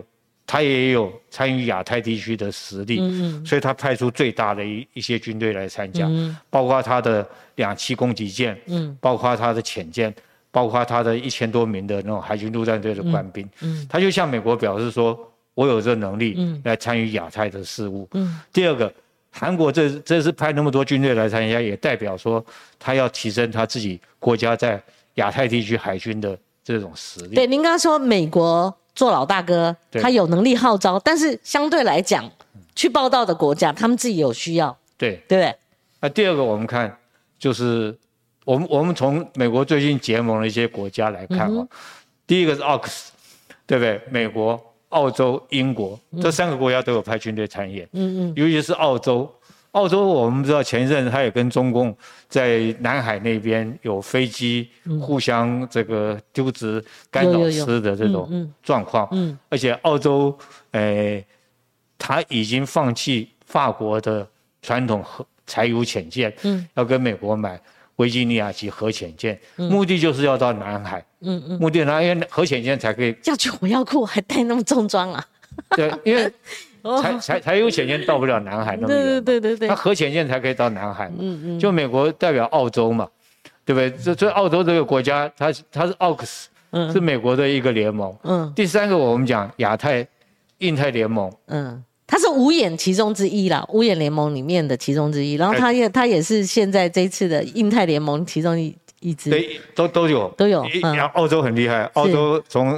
他也有参与亚太地区的实力，所以他派出最大的一些军队来参加，包括他的2栖攻击舰，包括他的潜舰，包括他的1000多名的那种海军陆战队的官兵，他就向美国表示说，我有这能力来参与亚太的事务。第二个，韩国这次派那么多军队来参加，也代表说他要提升他自己国家在亚太地区海军的这种实力。 对，您刚刚说美国做老大哥，他有能力号召，但是相对来讲，去报道的国家，他们自己有需要， 对不对？ 那第二个，我们看就是我们从美国最近结盟的一些国家来看第一个是 AUKUS， 对不对？美国、澳洲、英国这3个国家都有派军队参演，尤其是澳洲。澳洲我们知道前一阵他也跟中共在南海那边有飞机互相这个丢掷干扰吃的这种状况，而且澳洲他已经放弃法国的传统柴油潜舰，要跟美国买维吉尼亚级核潜舰，目的就是要到南海，目的呢，因为核潜舰才可以要去火药库还带那么重装啊？ 对，因为柴油潜舰到不了南海那么远， 对， 它核潜舰才可以到南海，就美国代表澳洲嘛，对不对？所以澳洲这个国家，它是 AUKUS，是美国的一个联盟。第3个我们讲亚太、印太联盟， 它是五眼其中之一啦，五眼联盟里面的其中之一，然后它也是现在这一次的印太联盟其中一支， 对，都有。澳洲很厉害，澳洲从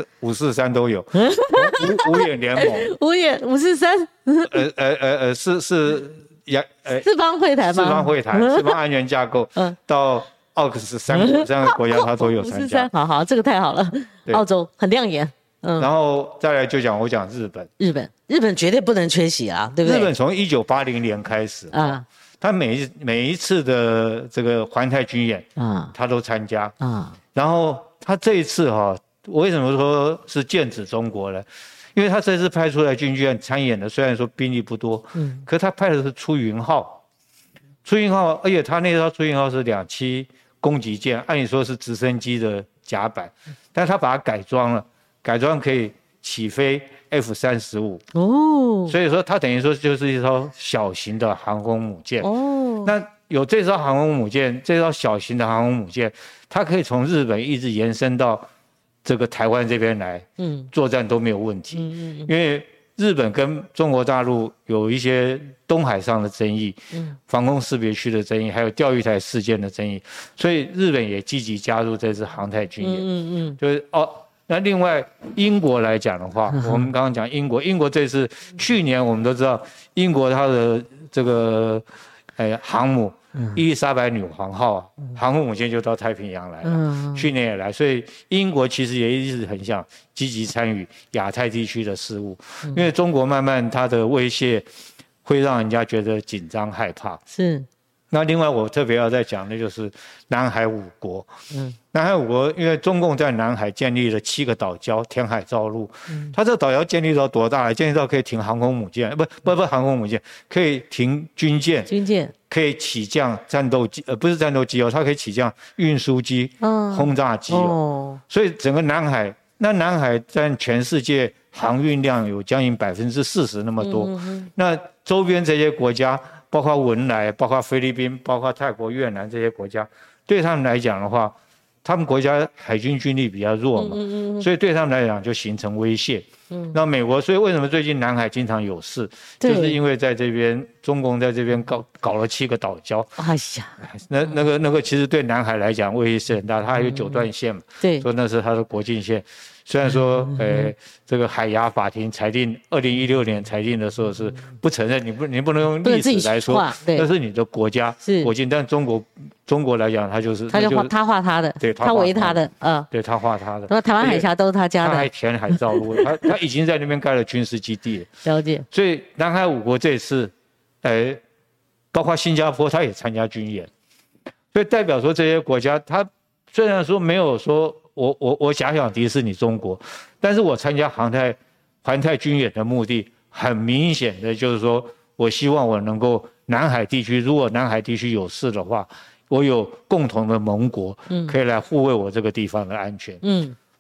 543都有，五眼联盟， 五眼543， 是四方会谈吗？ 四方会谈，四方安全架构，到AUKUS 3个国家它都有参加。 好，这个太好了，澳洲很亮眼。 然后再来就我讲日本， 日本绝对不能缺席啊，对不对？ 日本从1980年开始啊，他每一次的这个环太军演啊，他都参加啊。然后他这一次我为什么说是剑指中国呢？因为他这次派出来军舰参演的，虽然说兵力不多，可是他派的是出云号，而且他那艘出云号是2栖攻击舰，按理说是直升机的甲板，但是他把它改装可以起飞 F-35哦，所以说它等于说就是一艘小型的航空母舰哦。那有这艘航空母舰，这艘小型的航空母舰，它可以从日本一直延伸到这个台湾这边来，作战都没有问题。因为日本跟中国大陆有一些东海上的争议，防空识别区的争议，还有钓鱼台事件的争议，所以日本也积极加入这次航太军演。就是那另外英国来讲的话，我们刚刚讲英国这次去年我们都知道，英国它的这个航母伊丽莎白女王号航空母舰就到太平洋来了，去年也来，所以英国其实也一直很想积极参与亚太地区的事务，因为中国慢慢它的威胁会让人家觉得紧张害怕。是。那另外我特别要再讲的就是南海5国，南海5国因为中共在南海建立了7个岛礁，填海造陆，它这个岛礁建立到多大？建立到可以停航空母舰，不航空母舰，可以停军舰，可以起降战斗机，不是战斗机它可以起降运输机、轰炸机所以整个南海占全世界航运量有将近40%那么多，那周边这些国家。包括文莱、包括菲律宾、包括泰国、越南这些国家，对他们来讲的话，他们国家海军军力比较弱嘛，所以对他们来讲就形成威胁。那美国，所以为什么最近南海经常有事，就是因为在这边中共在这边搞了7个岛礁。哎呀，那个其实对南海来讲威胁是很大，它还有9段线嘛，说那是它的国境线。虽然说，这个海牙法庭裁定2016年裁定的时候是不承认，你不能用历史来说，那是你的国家国境，但中国来讲，他画他的，对，他围他的， 对他画他的。 那台湾海峡都是他家的， 他还填海造陆，他已经在那边盖了军事基地了。 了解。所以南海5国这次，包括新加坡，他也参加军演，所以代表说这些国家，他虽然说没有说。我假想敌是你中国，但是我参加环太军演的目的，很明显的就是说，我希望我能够南海地区，如果南海地区有事的话，我有共同的盟国，可以来护卫我这个地方的安全。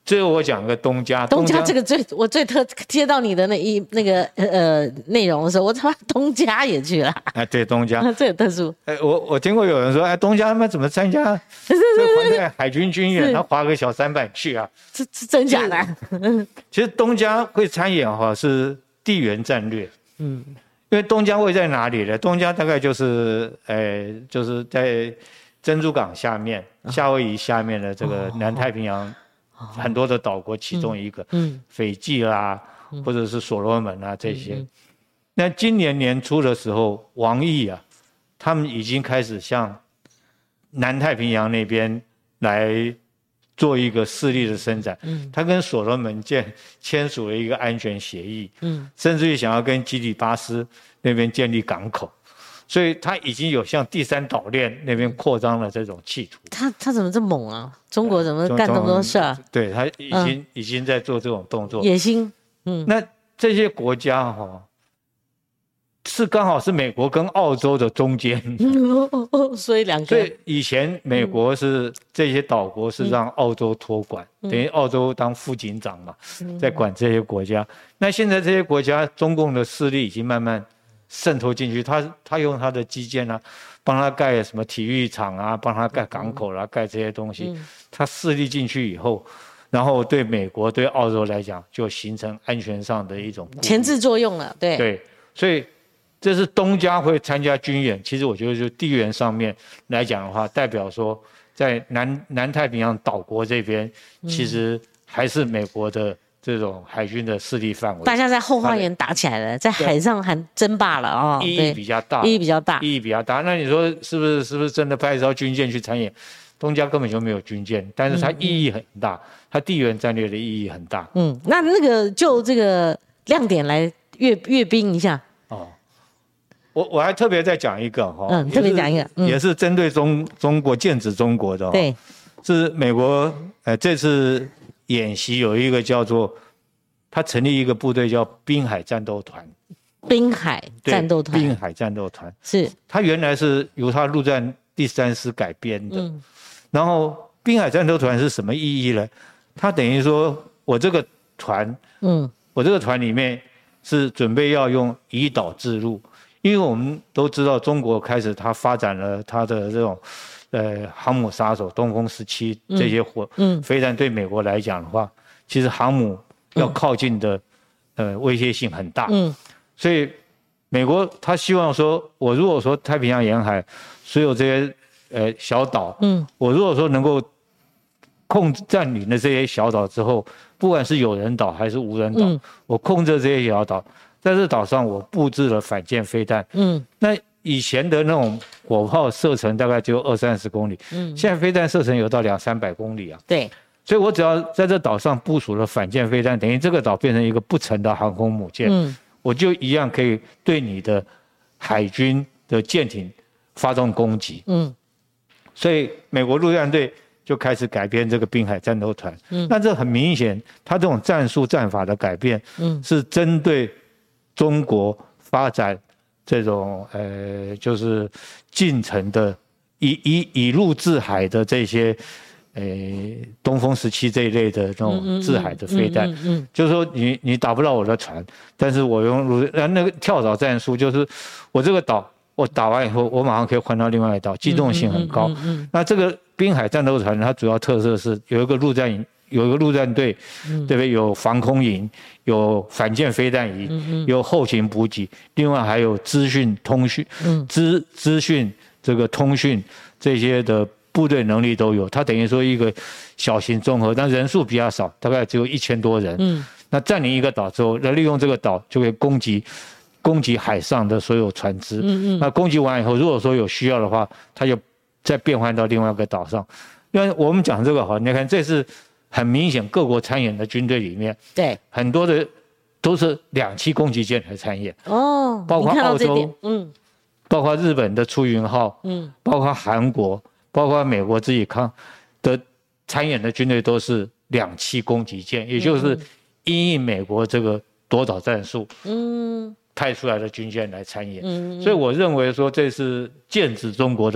最后我讲个东家， 东家这个我最接到你的那个内容的时候，我他妈东家也去了。 哎，对，东家这有特殊。 哎，我听过有人说，哎，东家他妈怎么参加这环太海军军演，他划个小舢板去啊？ 这真假的？ 其实东家会参演哈是地缘战略，因为东家会在哪里呢？东家大概就是就是在珍珠港下面、夏威夷下面的这个南太平洋很多的岛国其中一个，斐济啦，或者是所罗门啊这些。那今年年初的时候，王毅啊，他们已经开始向南太平洋那边来做一个势力的伸展。他跟所罗门签署了一个安全协议，甚至于想要跟基里巴斯那边建立港口。所以他已经有向第三岛链那边扩张了这种企图。 他怎么这么猛啊？中国怎么干这么多事儿？ 对，他已经在做这种动作， 野心。 那这些国家是刚好是美国跟澳洲的中间， 所以两个。 所以以前美国是这些岛国是让澳洲托管，等于澳洲当副警长嘛，在管这些国家。那现在这些国家，中共的势力已经慢慢渗透进去，他用他的基建啊，帮他盖什么体育场啊，帮他盖港口啦，盖这些东西，他势力进去以后，然后对美国对澳洲来讲，就形成安全上的一种前置作用了。对， 所以这是东家会参加军演，其实我觉得就地缘上面来讲的话，代表说在南太平洋岛国这边，其实还是美国的这种海军的势力范围。 大家在后花园打起来了，在海上还争霸了啊， 意义比较大， 意义比较大， 意义比较大。那你说是不是真的派一艘军舰去参演？东家根本就没有军舰，但是它意义很大，它地缘战略的意义很大。 那个就这个亮点来阅兵一下。 我还特别再讲一个特别讲一个， 也是针对中国剑指中国的。 对， 是美国这次演习有一个叫做，他成立一个部队叫滨海战斗团。 滨海战斗团， 滨海战斗团是他原来是由他陆战第3师改编的。然后滨海战斗团是什么意义呢？他等于说我这个团，我这个团里面是准备要用以岛制陆。因为我们都知道，中国开始它发展了它的这种，航母杀手东风17这些飞弹，对美国来讲的话，其实航母要靠近的，威胁性很大。所以美国他希望说，我如果说太平洋沿海所有这些小岛，我如果说能够占领了这些小岛之后，不管是有人岛还是无人岛，我控制这些小岛。在这岛上，我布置了反舰飞弹。那以前的那种火炮射程大概只有20-30公里，现在飞弹射程有到200-300公里啊。 对， 所以我只要在这岛上部署了反舰飞弹，等于这个岛变成一个不成的航空母舰，我就一样可以对你的海军的舰艇发动攻击。所以美国陆战队就开始改编这个滨海战斗团。那这很明显，它这种战术战法的改变，是针对中国发展这种就是进程的以陆制海的这些东风17这一类的这种制海的飞弹，就是说你打不到我的船，但是我用那个跳岛战术，就是我这个岛我打完以后，我马上可以换到另外一个岛，机动性很高。那这个滨海战斗团它主要特色是有一个陆战队，对不对？有防空营，有反舰飞弹营，有后勤补给，另外还有资讯通讯，资讯这个通讯这些的部队能力都有。它等于说一个小型综合，但人数比较少，大概只有1000多人。那占领一个岛之后，那利用这个岛就可以攻击海上的所有船只。那攻击完以后，如果说有需要的话，它就再变换到另外一个岛上。因为我们讲这个哈，你看这是很明显，各国参演的军队里面， 对很多的都是2栖攻击舰来参演。包括澳洲，包括日本的出云号，包括韩国，包括美国自己的参演的军队都是2栖攻击舰，也就是因应美国这个夺岛战术，派出来的军舰来参演。所以我认为说这是剑指中国的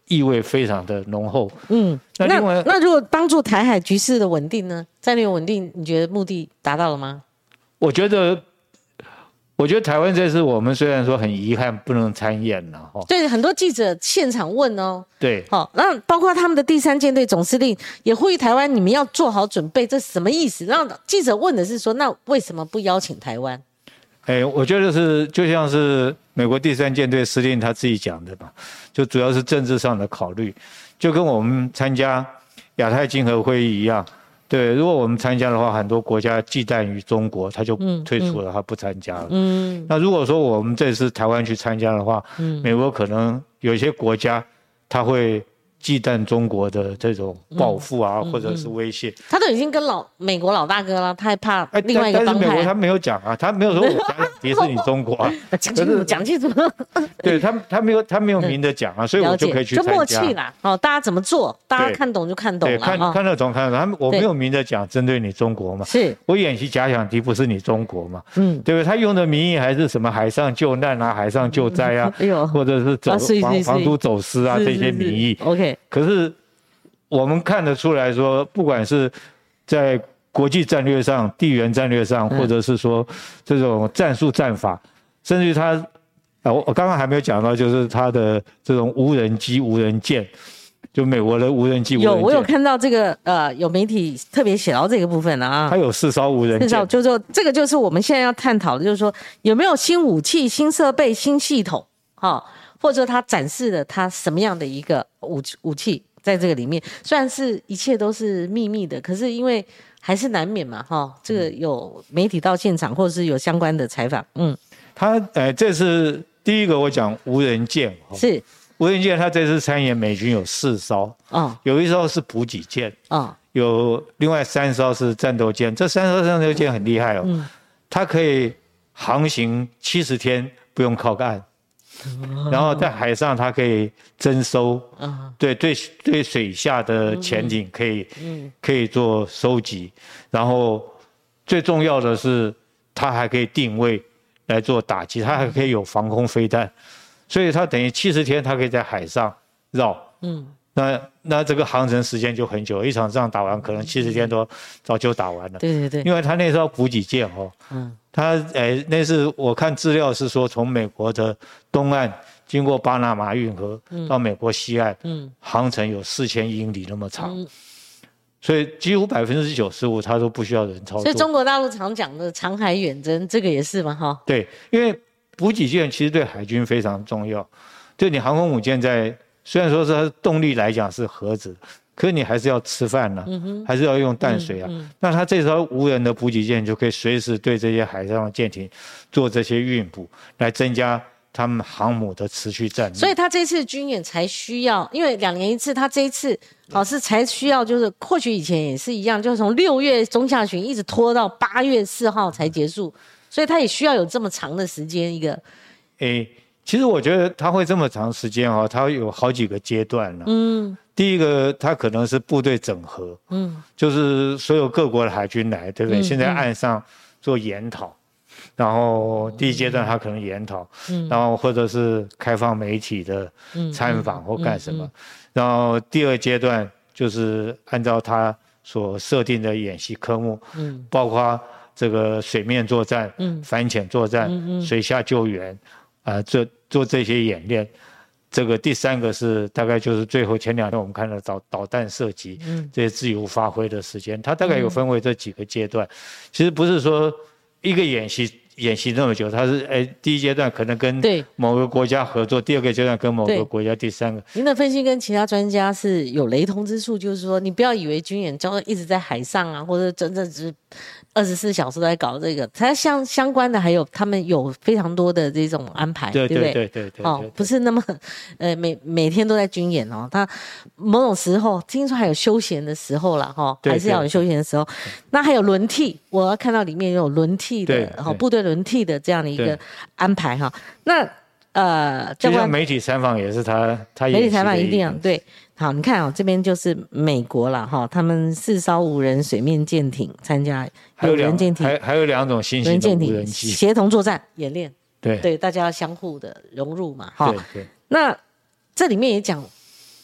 意味非常的浓厚。 那另外，那如果帮助台海局势的稳定呢？战略稳定，你觉得目的达到了吗？ 我觉得台湾这次我们虽然说很遗憾不能参演了哈， 对，很多记者现场问哦， 对， 好，那包括他们的第3舰队总司令也呼吁台湾，你们要做好准备，这是什么意思？让记者问的是说，那为什么不邀请台湾？ 我觉得就像是美国第3舰队司令他自己讲的嘛，就主要是政治上的考虑，就跟我们参加亚太经合会议一样。对，如果我们参加的话，很多国家忌惮于中国，他就退出了，他不参加了。那如果说我们这次台湾去参加的话，美国可能有一些国家他会忌惮中国的这种报复啊，或者是威胁。 他都已经跟美国老大哥了，他还怕另外一个帮派。 但是美国他没有讲啊，他没有说我家乡敌是你中国啊， 讲清楚。 对他没有明的讲啊，所以我就可以去参加。 就默契啦，大家怎么做，大家看懂就看懂了。 对，看得懂看得懂。我没有明的讲针对你中国嘛， 是我演习假想敌不是你中国嘛，对不对？他用的名义还是什么海上救难啊、海上救灾啊，或者是防毒走私啊这些名义。 OK， 可是我们看得出来说，不管是在国际战略上、地缘战略上，或者是说这种战术战法，甚至于他我刚刚还没有讲到，就是他的这种无人机、无人舰，就美国的无人机、无人舰。 我有看到这个有媒体特别写到这个部分啊。 它有4艘无人舰， 就是说这个就是我们现在要探讨的，就是说有没有新武器、新设备、新系统，或者他展示了他什么样的一个武器在这个里面。虽然是一切都是秘密的，可是因为还是难免嘛，这个有媒体到现场，或者是有相关的采访。 他这次第一个我讲无人舰， 是无人舰，他这次参演美军有4艘，有1艘是补给舰，有另外3艘是战斗舰。这3艘战斗舰很厉害哦，它可以航行70天不用靠岸。然后在海上，它可以征收，对水下的潜艇可以做收集，然后最重要的是，它还可以定位来做打击，它还可以有防空飞弹，所以它等于70天，它可以在海上绕，那这个航程时间就很久，一场仗打完，可能70天都早就打完了。 对， 因为它那艘补给舰它那是我看资料是说，从美国的东岸经过巴拿马运河到美国西岸，航程有4000英里那么长，所以几乎95%它都不需要人操作。 所以中国大陆常讲的长海远征，这个也是嘛， 对，因为补给舰其实对海军非常重要，就你航空母舰虽然说是它动力来讲是核子，可是你还是要吃饭呢，还是要用淡水啊。那它这艘无人的补给舰就可以随时对这些海上舰艇做这些运补，来增加他们航母的持续战力。 所以他这次军演才需要，因为2年1次，他这一次是才需要，就是或许以前也是一样，就是从6月中下旬一直拖到8月4号才结束，所以他也需要有这么长的时间一个。 其实我觉得他会这么长时间他有好几个阶段了。第一个，他可能是部队整合，就是所有各国的海军来，对不对？现在岸上做研讨，然后第一阶段他可能研讨，然后或者是开放媒体的参访或干什么，然后第2阶段就是按照他所设定的演习科目，包括这个水面作战、反潜作战、水下救援。做这些演练，这个第3个是大概就是最后前2天我们看到导弹射击，这些自由发挥的时间，它大概有分为这几个阶段。其实不是说一个演习那么久，它是第1阶段可能跟某个国家合作，第2个阶段跟某个国家，第3个。 您的分析跟其他专家是有雷同之处，就是说你不要以为军演就一直在海上啊，或者真正只24小时都在搞这个，它相关的还有他们有非常多的这种安排，对不对？ 对， 不是那么每天都在军演它某种时候听说还有休闲的时候啦还是要有休闲的时候。那还有轮替，我要看到里面有轮替的部队轮替的这样的一个安排那就像媒体采访也是他媒体采访一定要对。好，你看这边就是美国啦他们4艘无人水面舰艇参加， 还有无人舰艇， 还有2种新型的无人机协同作战演练， 对， 大家要相互的融入嘛对。 那这里面也讲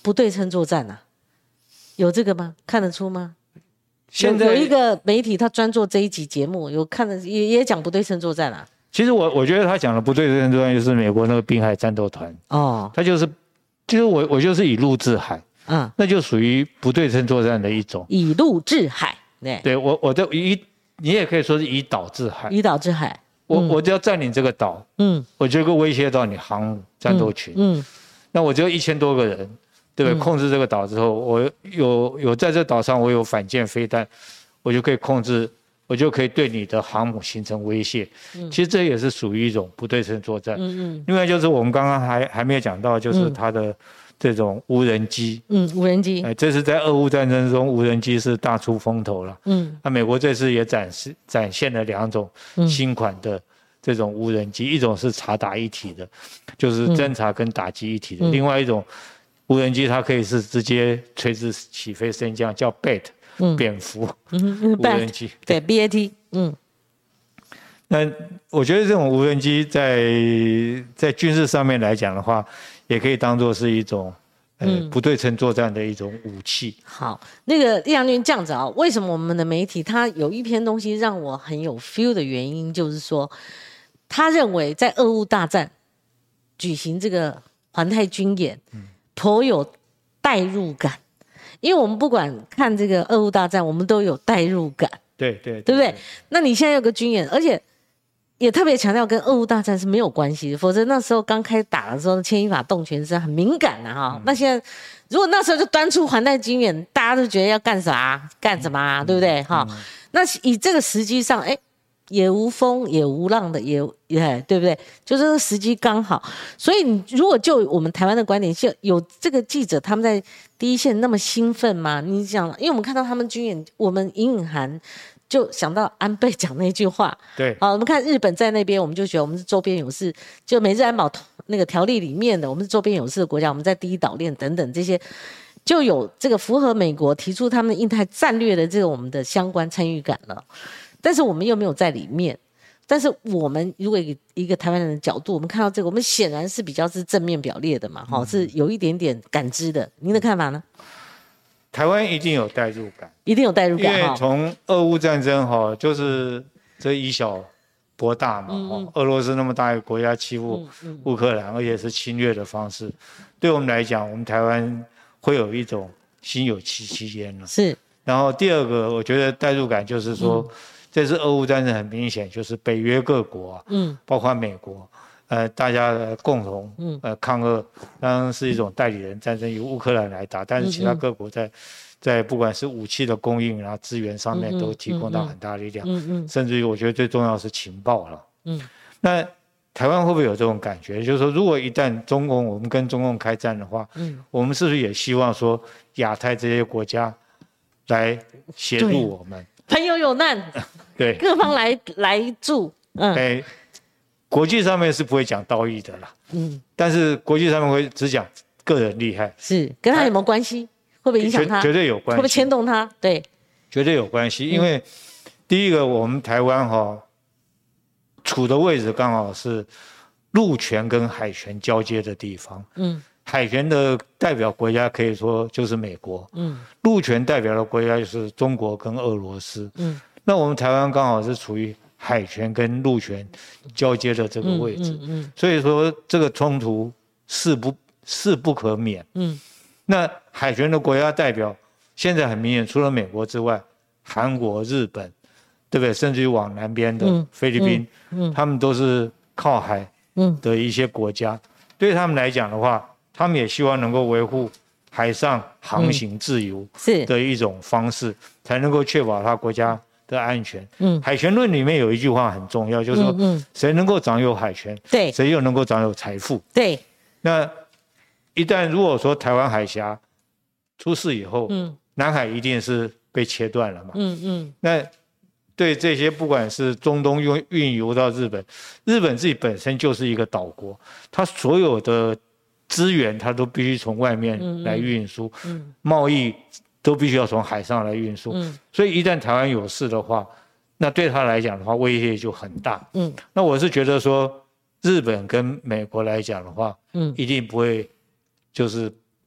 不对称作战啊？有这个吗？看得出吗？ 现在有一个媒体他专做这一集节目，有看的也讲不对称作战啊。 其实我觉得他讲的不对称作战就是美国那个滨海战斗团哦，他就是我就是以陆制海，那就属于不对称作战的一种。 以陆制海， 对我就你也可以说是以岛制海。 以岛制海， 我只要占领这个岛，我就会威胁到你航母战斗群，那我只有1000多个人，对不对？控制这个岛之后，我有在这岛上我有反舰飞弹，我就可以控制。我就可以对你的航母形成威胁，其实这也是属于一种不对称作战。另外就是我们刚刚还没有讲到，就是它的这种无人机。 无人机。 这是在俄乌战争中，无人机是大出风头了。那美国这次也展现了2种新款的这种无人机，一种是察打一体的，就是侦察跟打击一体的；另外一种无人机它可以是直接垂直起飞升降，叫 BAT。蝙蝠无人机， 对 BAT， 那我觉得这种无人机在军事上面来讲的话，也可以当作是一种不对称作战的一种武器。 好，那个厉将军这样子啊，为什么我们的媒体他有一篇东西让我很有 feel 的原因，就是说他认为在俄乌大战举行这个环太军演，颇有代入感。因为我们不管看这个俄乌大战，我们都有代入感， 对不对？那你现在有个军演，而且也特别强调跟俄乌大战是没有关系的，否则那时候刚开打的时候，牵一发动全身，很敏感的哈。那现在如果那时候就端出环太军演，大家都觉得要干啥干什么，对不对？哈，那以这个时机上，也无风也无浪的，也对不对？就是这个时机刚好，所以你如果就我们台湾的观点，有这个记者他们在第一线那么兴奋吗？你想，因为我们看到他们军演，我们隐含就想到安倍讲那句话， 对， 好，我们看日本在那边，我们就觉得我们是周边有事，就美日安保那个条例里面的，我们是周边有事的国家，我们在第一岛链等等这些，就有这个符合美国提出他们印太战略的这个我们的相关参与感了。但是我们又没有在里面，但是我们如果以一个台湾人的角度，我们看到这个，我们显然是比较是正面表列的嘛，是有一点点感知的。您的看法呢？ 台湾一定有代入感， 一定有代入感， 因为从俄乌战争就是这以小博大嘛，俄罗斯那么大一个国家欺负乌克兰，而且是侵略的方式，对我们来讲，我们台湾会有一种心有戚戚焉了。 是。 然后第二个，我觉得代入感就是说，这次俄乌战争很明显就是北约各国包括美国，大家共同抗俄，当然是一种代理人战争，由乌克兰来打，但是其他各国在不管是武器的供应然后资源上面都提供到很大力量，甚至于我觉得最重要是情报了。那台湾会不会有这种感觉？就是说，如果一旦我们跟中共开战的话，我们是不是也希望说亚太这些国家来协助我们？ 朋友有难，对，各方来助。 国际上面是不会讲道义的啦，但是国际上面会只讲个人厉害， 是跟他有没有关系？会不会影响他？ 绝对有关系。会不会牵动他？对， 绝对有关系。因为第一个，我们台湾处的位置刚好是陆权跟海权交接的地方。海权的代表国家可以说就是美国。陆权代表的国家就是中国跟俄罗斯。那我们台湾刚好是处于海权跟陆权交接的这个位置。所以说这个冲突势不可免。那海权的国家代表现在很明显，除了美国之外，韩国、日本，对不对？甚至于往南边的菲律宾，他们都是靠海的一些国家。对他们来讲的话，他们也希望能够维护海上航行自由的一种方式，才能够确保他国家的安全。海权论里面有一句话很重要，就是说谁能够掌有海权，对，谁又能够掌有财富。对，那一旦如果说台湾海峡出事以后，南海一定是被切断了嘛。那对这些不管是中东运油到日本，日本自己本身就是一个岛国，它所有的资源它都必须从外面来运输，贸易都必须要从海上来运输。所以一旦台湾有事的话，那对他来讲的话威胁就很大。那我是觉得说日本跟美国来讲的话，一定不会就是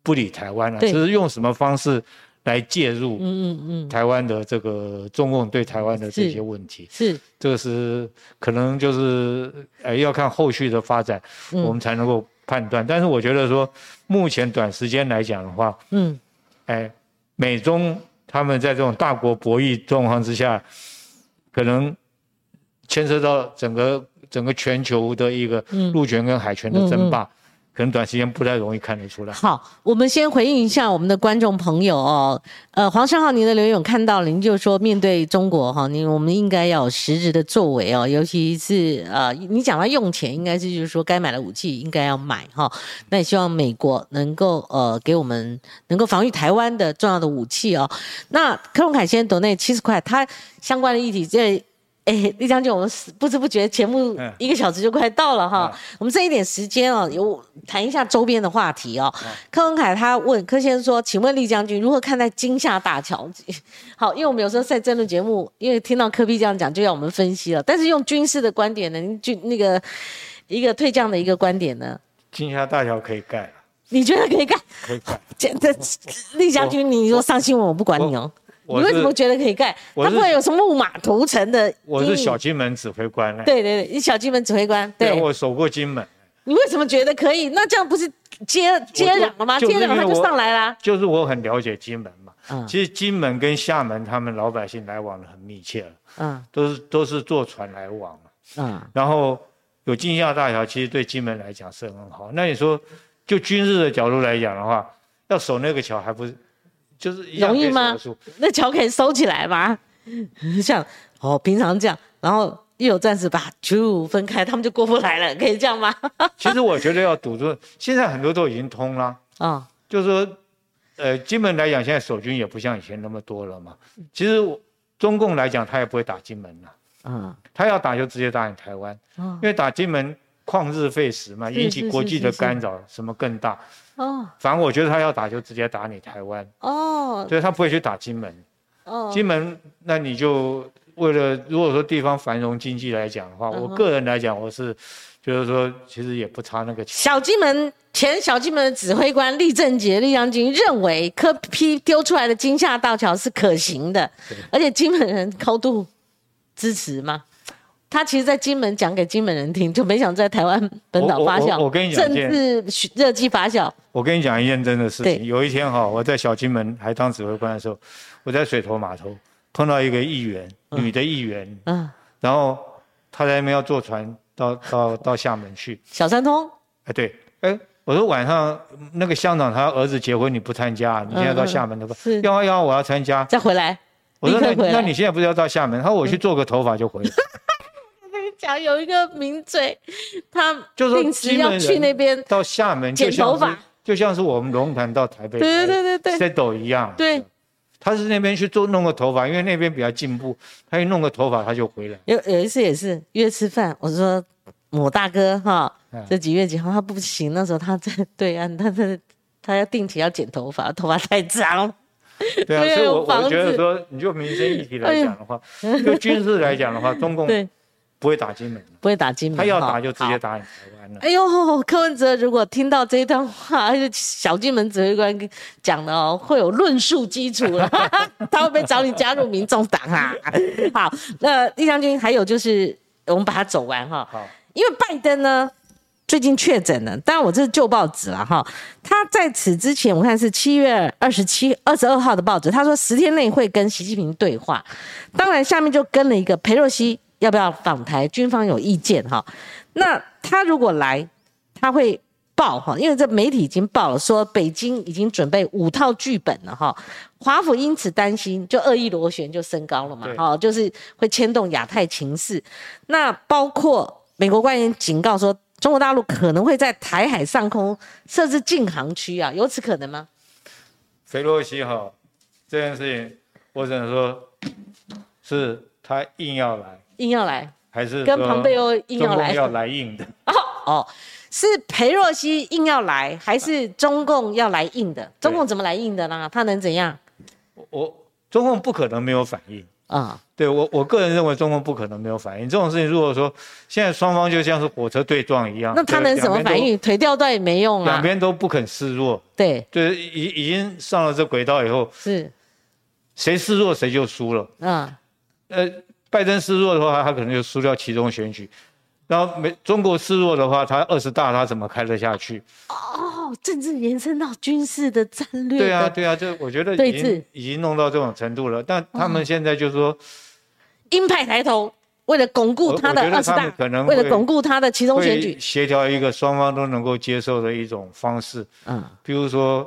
不理台湾了， 对只是用什么方式来介入台湾的这个中共对台湾的这些问题。 是这个是可能就是要看后续的发展，我们才能够判断。但是我觉得说，目前短时间来讲的话，美中他们在这种大国博弈状况之下，可能牵涉到整个全球的一个陆权跟海权的争霸。可能短时间不太容易看得出来。 好，我们先回应一下我们的观众朋友哦。黄胜浩，您的留言我看到了，您就说面对中国哈，我们应该要有实质的作为哦，尤其是你讲到用钱，应该是就是说该买的武器应该要买哈。那也希望美国能够给我们能够防御台湾的重要的武器哦。那柯文凯先生抖内70块，他相关的议题这。厉将军，我们不知不觉节目1个小时就快到了哈，我们剩一点时间哦，有谈一下周边的话题哦。柯文凯他问柯先生说：“请问厉将军如何看待金厦大桥？”好，因为我们有时候在争论节目，因为听到柯 P 这样讲，就要我们分析了。但是用军事的观点呢，那个一个退将的一个观点呢， 金厦大桥可以盖了， 你觉得可以盖？ 可以盖。 厉将军，你说上新闻我不管你哦。你为什么觉得可以盖？它不会有什么木马屠城的？ 我是小金门指挥官。 对，小金门指挥官。对， 我守过金门。 你为什么觉得可以？那这样不是接壤了吗？接壤它就上来啦。 就是我很了解金门嘛。其实金门跟厦门他们老百姓来往的很密切了。都是坐船来往嘛。然后有金厦大桥，其实对金门来讲是很好。那你说，就军事的角度来讲的话，要守那个桥还不是？就是容易吗？那桥可以收起来吗？像平常这样，然后一有战事把就分开，他们就过不来了，可以这样吗？ 其实我觉得要堵住，现在很多都已经通了。就是说，金门来讲，现在守军也不像以前那么多了嘛。其实中共来讲，他也不会打金门了。他要打就直接打你台湾，因为打金门旷日费时嘛，引起国际的干扰，什么更大。反正我觉得他要打就直接打你台湾。所以他不会去打金门。金门那你就为了如果说地方繁荣经济来讲的话，我个人来讲我是就是说其实也不差那个钱。 前小金门的指挥官厉正杰厉将军认为柯 P 丢出来的金厦大桥是可行的，而且金门人高度支持嘛。他其实在金门讲给金门人听，就没想在台湾本岛发酵。 我跟你讲政治热机发酵。我跟你讲一件真的事情。有一天我在小金门还当指挥官的时候，我在水头码头碰到一个议员，女的议员，然后她在那边要坐船到厦门去。 小三通。 对，我说晚上那个乡长他儿子结婚你不参加，你现在到厦门的吧？要我要参加， 再回来。 我说那你现在不是要到厦门？他说我去做个头发就回来。 讲有一个名嘴，他定时要去那边到厦门剪头发， 就像是我们龙潭到台北对 settle 一样。 对， 他是那边去弄个头发，因为那边比较进步，他一弄个头发他就回来。 有一次也是约吃饭，我说某大哥这几月几号他不行，那时候他在对岸，他要定期要剪头发，头发太脏。 对啊，所以我觉得说，你就民生议题来讲的话，就军事来讲的话，中共不会打金门， 不会打金门， 他要打就直接打你台湾了。 哎呦，柯文哲如果听到这一段话，小金门指挥官讲的会有论述基础了，他会不会找你加入民众党啊？好，那厉将军还有就是我们把它走完哈，因为拜登呢最近确诊了，当然我这是旧报纸了哈，他在此之前我看是7月22号的报纸，他说10天内会跟习近平对话，当然下面就跟了一个裴洛西要不要访台，军方有意见哈。那他如果来，他会报哈，因为这媒体已经报了，说北京已经准备5套剧本了哈。华府因此担心，就恶意螺旋就升高了嘛，就是会牵动亚太情势。那包括美国官员警告说，中国大陆可能会在台海上空设置禁航区啊，有此可能吗？ 裴洛西这件事情，我只能说是他硬要来，还是跟庞贝欧硬要来？ 中共要来硬的。 是裴洛西硬要来，还是中共要来硬的？中共怎么来硬的呢？他能怎样？ 中共不可能没有反应啊。对我个人认为中共不可能没有反应。这种事情如果说现在双方就像是火车对撞一样， 那他能什么反应？腿掉断也没用啊。 两边都不肯示弱。 对， 已经上了这轨道以后， 是谁示弱谁就输了。拜登示弱的话，他可能就输掉其中选举。然后中国示弱的话，他20大他怎么开得下去？ 政治延伸到军事的战略的。 对啊，这我觉得已经弄到这种程度了。但他们现在就说， 鹰派抬头，为了巩固他的20大，为了巩固他的其中选举， 协调一个双方都能够接受的一种方式。比如说，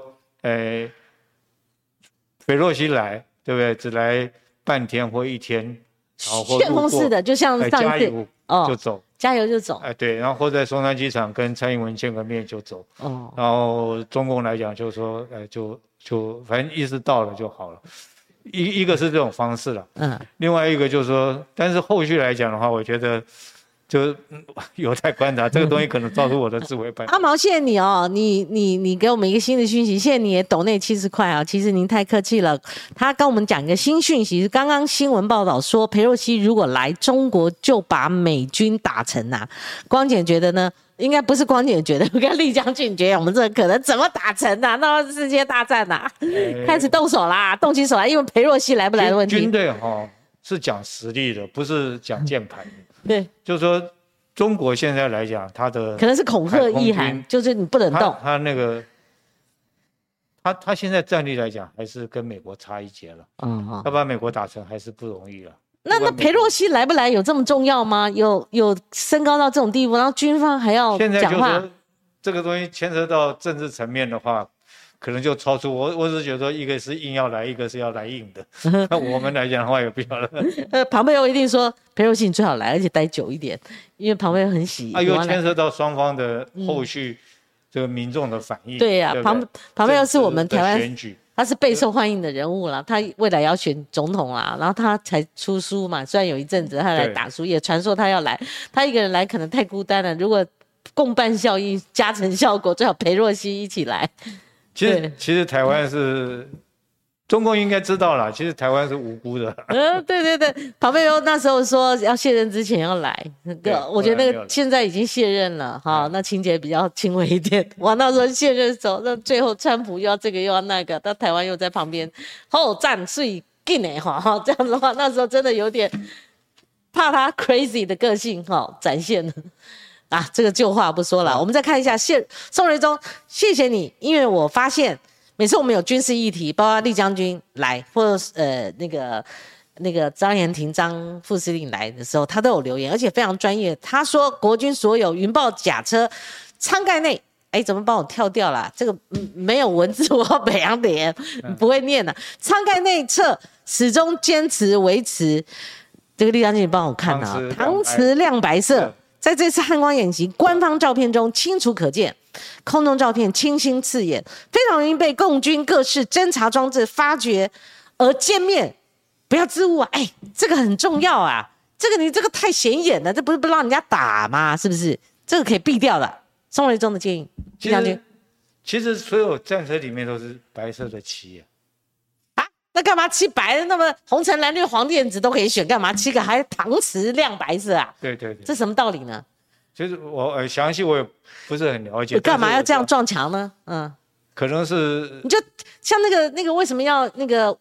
裴洛西来，对不对？只来半天或1天，然后旋风式的，就像上一次就走。 加油就走， 对，然后或在松山机场跟蔡英文见个面就走，然后中共来讲就是说，就反正意思到了就好了，一个是这种方式了，另外一个就是说，但是后续来讲的话，我觉得就有待观察，这个东西可能超出我的智慧判断。 阿毛，谢谢你哦，你给我们一个新的讯息，谢谢你也抖内70块啊，其实您太客气了。他跟我们讲一个新讯息，刚刚新闻报道说，裴洛西如果来中国就把美军打成啊。光姐觉得呢？应该不是光姐觉得，我跟丽将军觉得我们这个可能怎么打成啊？那世界大战啊，开始动手啦，动起手来，因为裴洛西来不来的问题。 军队是讲实力的，不是讲键盘的。 对， 就是说，中国现在来讲，它的可能是恐吓意涵，就是你不能动。 他那个，他现在战力来讲，还是跟美国差一截了。要把美国打成还是不容易了。 那裴洛西来不来有这么重要吗？有升高到这种地步，然后军方还要讲话。 现在就说这个东西牵扯到政治层面的话，可能就超出我只是觉得说，一个是硬要来，一个是要来硬的。那我们来讲的话，有必要了。 庞佩欧一定说裴洛西你最好来，而且待久一点，因为庞佩欧很喜。 又牵涉到双方的后续这个民众的反应。 对呀，庞佩欧是我们台湾选举， 他是备受欢迎的人物啦，他未来要选总统啦，然后他才出书嘛，虽然有一阵子他来打书，也传说他要来，他一个人来可能太孤单了，如果共伴效应加成效果，最好裴洛西一起来。 其实台湾是中共应该知道了，其实台湾是无辜的。 对，庞佩欧那时候说要卸任之前要来，我觉得那个现在已经卸任了哈，那情节比较轻微一点。哇，那时候卸任的时候，那最后川普又要这个又要那个，但台湾又在旁边后战最紧的哈，这样子的话，那时候真的有点怕他 crazy 的个性哈展现了。这个旧话不说了，我们再看一下宋瑞宗，谢谢你，因为我发现每次我们有军事议题，包括丽将军来，或那个张延廷张副司令来的时候，他都有留言，而且非常专业。他说国军所有云豹甲车舱盖内，怎么帮我跳掉了？这个没有文字，我要北洋点，不会念了。舱盖内侧始终坚持维持，这个丽将军你帮我看啊，搪瓷亮白色。在这次汉光演习，官方照片中清楚可见，空中照片清新刺眼，非常容易被共军各式侦察装置发觉而歼灭。不要支吾啊！这个很重要啊！你这个太显眼了，这不是不让人家打吗？是不是？这个可以避掉的。宋瑞宗的建议，季将军。 其实所有战车里面都是白色的旗那干嘛漆白的？那么红橙蓝绿黄靛紫都可以选，干嘛漆个还搪瓷亮白色啊？ 对， 这什么道理呢？ 其实我详细我也不是很了解。 干嘛要这样撞墙呢？ 可能是你就像那个为什么要那个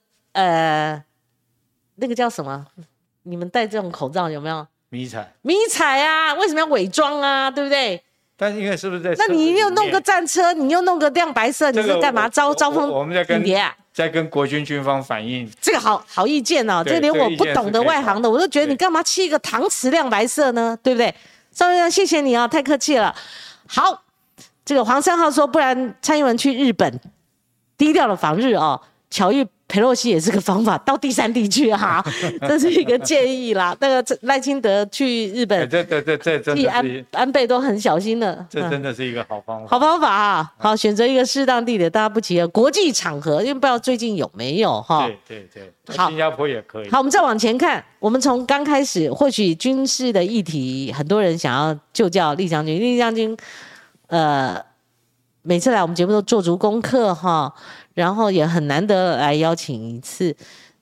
那个叫什么？你们戴这种口罩有没有？ 迷彩啊？为什么要伪装啊？对不对？ 但因为是不是在？ 那你又弄个战车，你又弄个亮白色，你是干嘛？招风我们在跟国军军方反映这个好意见哦，这连我不懂的外行的，我都觉得你干嘛漆一个搪瓷亮白色呢？对不对？邵院长，谢谢你啊，太客气了。好，这个黄三浩说，不然蔡英文去日本低调的访日哦，巧遇裴洛西也是个方法，到第三地去哈，这是一个建议啦。那个赖清德去日本， 这真的是安倍都很小心的， 这真的是一个好方法。 好方法啊！好，选择一个适当地点，大家不急了。国际场合，因为不知道最近有没有哈。 对，好，新加坡也可以。 好，我们再往前看，我们从刚开始，或许军事的议题，很多人想要就叫厉将军，厉将军，每次来我们节目都做足功课哈。然后也很难得来邀请一次，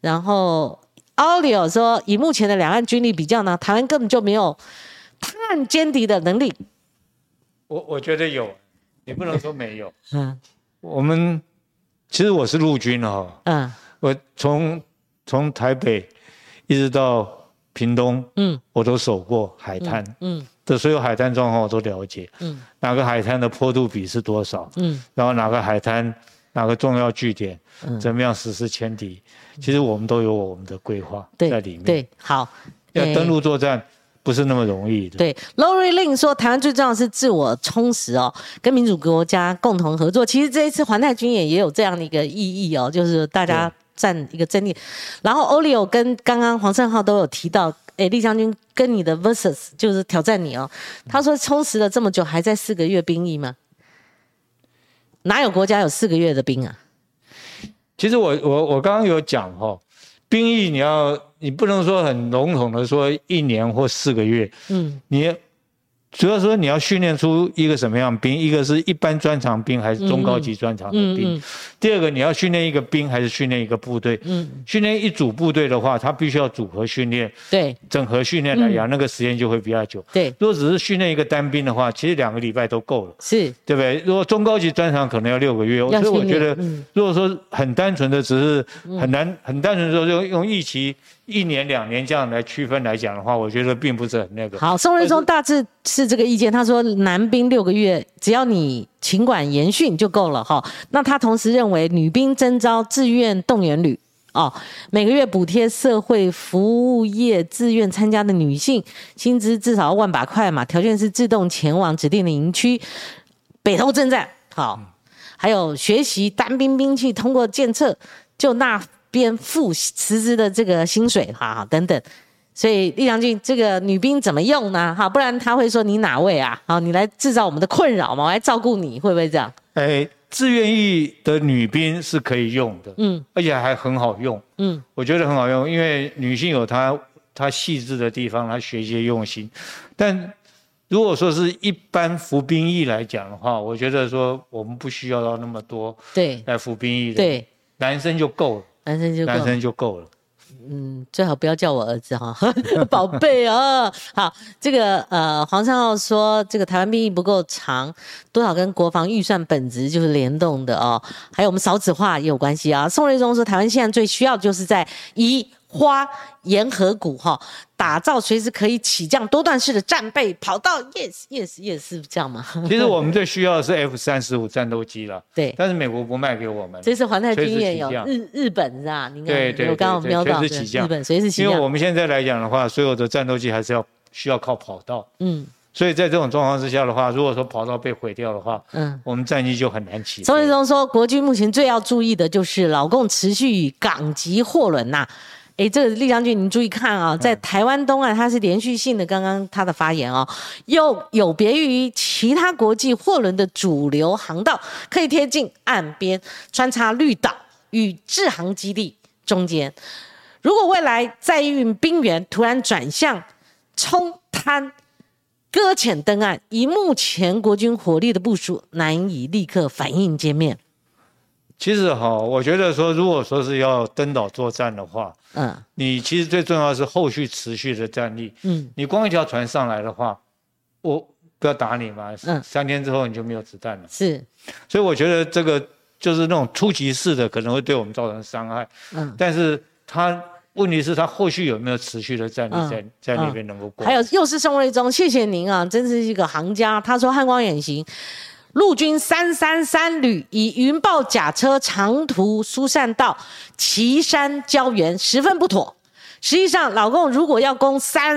然后奥利奥说，以目前的两岸军力比较呢，台湾根本就没有探歼敌的能力。 我觉得有，你不能说没有。我们其实我是陆军我从台北一直到屏东，我都守过海滩，的所有海滩状况我都了解，哪个海滩的坡度比是多少，然后哪个海滩哪个重要据点，怎么样实施歼敌，其实我们都有我们的规划在里面。 对，好， 要登陆作战不是那么容易的。 对 ，Lori Lin 说，台湾最重要的是自我充实跟民主国家共同合作。其实这一次环太军演也有这样的一个意义就是大家站一个阵地。然后 Olio 跟刚刚黄胜浩都有提到，厉将军跟你的 versus 就是挑战你他说充实了这么久，还在4个月兵役吗？哪有国家有4个月的兵啊？ 其实我刚刚有讲兵役你不能说很笼统的说1年或4个月，你主要说你要训练出一个什么样的兵，一个是一般专长兵还是中高级专长的兵，第二个你要训练一个兵还是训练一个部队，训练一组部队的话，它必须要组合训练， 对， 整合训练来讲，那个时间就会比较久。 对， 如果只是训练一个单兵的话，其实2个礼拜都够了， 是， 对不对？如果中高级专长可能要6个月，所以我觉得，如果说很单纯的只是很单纯的说用役期1年2年这样来区分来讲的话，我觉得并不是很那个。 好，宋瑞宗大致是这个意见，他说男兵6个月，只要你勤管严训就够了那他同时认为女兵征召志愿动员旅每个月补贴社会服务业自愿参加的女性，薪资至少要100把块嘛，条件是自动前往指定的营区北投征战。好，还有学习单兵兵器，通过检测就那边付辞职的这个薪水等等。所以厉将军，这个女兵怎么用呢？不然他会说你哪位啊？你来制造我们的困扰嘛，我来照顾你，会不会这样？ 志愿役的女兵是可以用的，而且还很好用，我觉得很好用，因为女性有她细致的地方，她学习用心。但如果说是一般服兵役来讲的话，我觉得说我们不需要到那么多来服兵役的， 对， 男生就够了，男生就够了。 最好不要叫我儿子宝贝好，这个黄胜浩说，这个台湾兵役不够长，多少跟国防预算本质就是联动的还有我们少子化也有关系宋瑞宗说，台湾现在最需要就是在宜花沿河谷打造随时可以起降多段式的战备跑道。yes 是这样吗？ 其实我们最需要的是 F-35战斗机了， 对， 但是美国不卖给我们。 这次环太军演有日本是吧？ 对， 我刚刚瞄到日本随时起降。 因为我们现在来讲的话，所有的战斗机还是需要靠跑道，所以在这种状况之下的话，如果说跑道被毁掉的话，我们战机就很难起飞。宋瑞宗说， 国军目前最要注意的就是老共持续与港籍货轮这个厉将军您注意看在台湾东岸它是连续性的，刚刚他的发言又有别于其他国际货轮的主流航道，可以贴近岸边，穿插绿岛与制航基地中间。如果未来载运兵员突然转向冲滩搁浅登岸，以目前国军火力的部署，难以立刻反应歼灭。 其实我觉得说，如果说是要登岛作战的话，你其实最重要的是后续持续的战力。你光一条船上来的话，我不要打你嘛，3天之后你就没有子弹了。是，所以我觉得这个就是那种突击式的，可能会对我们造成伤害。但是问题是他后续有没有持续的战力在那边能够过？还有又是宋瑞宗，谢谢您真是一个行家。他说汉光演习。陆军333旅以云豹甲车长途疏散到旗山礁原，十分不妥。实际上，老共如果要攻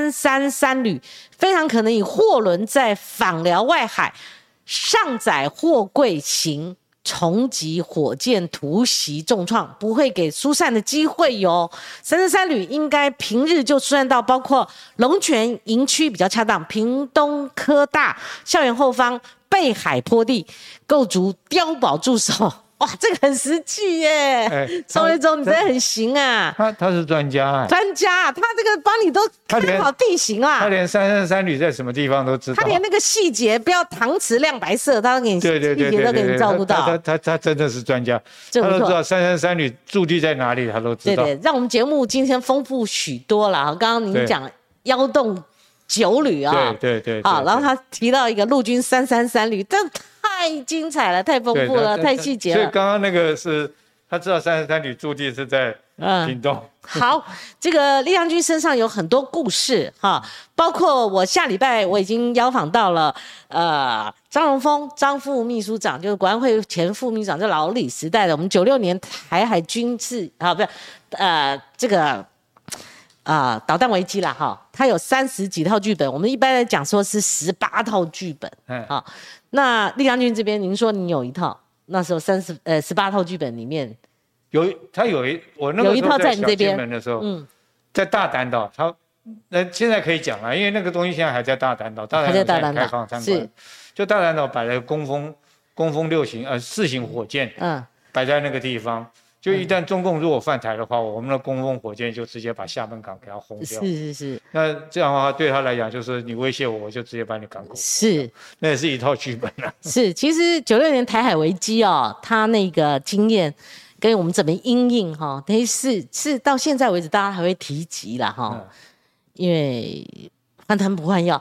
333旅，非常可能以货轮在访寮外海上载货柜型重击火箭突袭重创，不会给疏散的机会哟。333旅应该平日就疏散到包括龙泉营区比较恰当，屏东科大校园后方背海坡地，构筑碉堡驻守哇，这个很实际耶！宋徽宗，你真的很行啊！ 他是专家， 专家，他这个帮你都看好地形啊， 他连三山三旅在什么地方都知道， 他连那个细节，不要搪瓷亮白色，他都给你细节都给你照顾到。 他真的是专家，他都知道三山三旅驻地在哪里，他都知道。 对，让我们节目今天丰富许多了。刚刚您讲妖洞9旅啊， 对， 好，然后他提到一个陆军333旅，这太精彩了，太丰富了，太细节了。 所以刚刚那个是他知道333旅驻地是在屏东。 好，这个力量军身上有很多故事哈，包括我下礼拜我已经邀访到了张荣丰张副秘书长，就是国安会前副秘书长，就老李时代的我们96年台海军事不是这个导弹危机啦哈，它有30几套剧本，我们一般来讲说是18套剧本啊。那力量军这边，您说你有一套，那时候18套剧本里面我那个时候在小金门的时候，在大嶝岛，现在可以讲了，因为那个东西现在还在大嶝岛，大嶝岛开放参观，就大嶝岛摆了攻锋4型火箭，摆在那个地方。就一旦中共如果犯台的话，我们的攻锋火箭就直接把厦门港给它轰掉。 是。 那这样的话对他来讲，就是你威胁我，我就直接把你港口。是，那也是一套剧本啊。 是，其实96年台海危机他那个经验跟我们怎么因应等于是到现在为止大家还会提及啦因为换汤不换药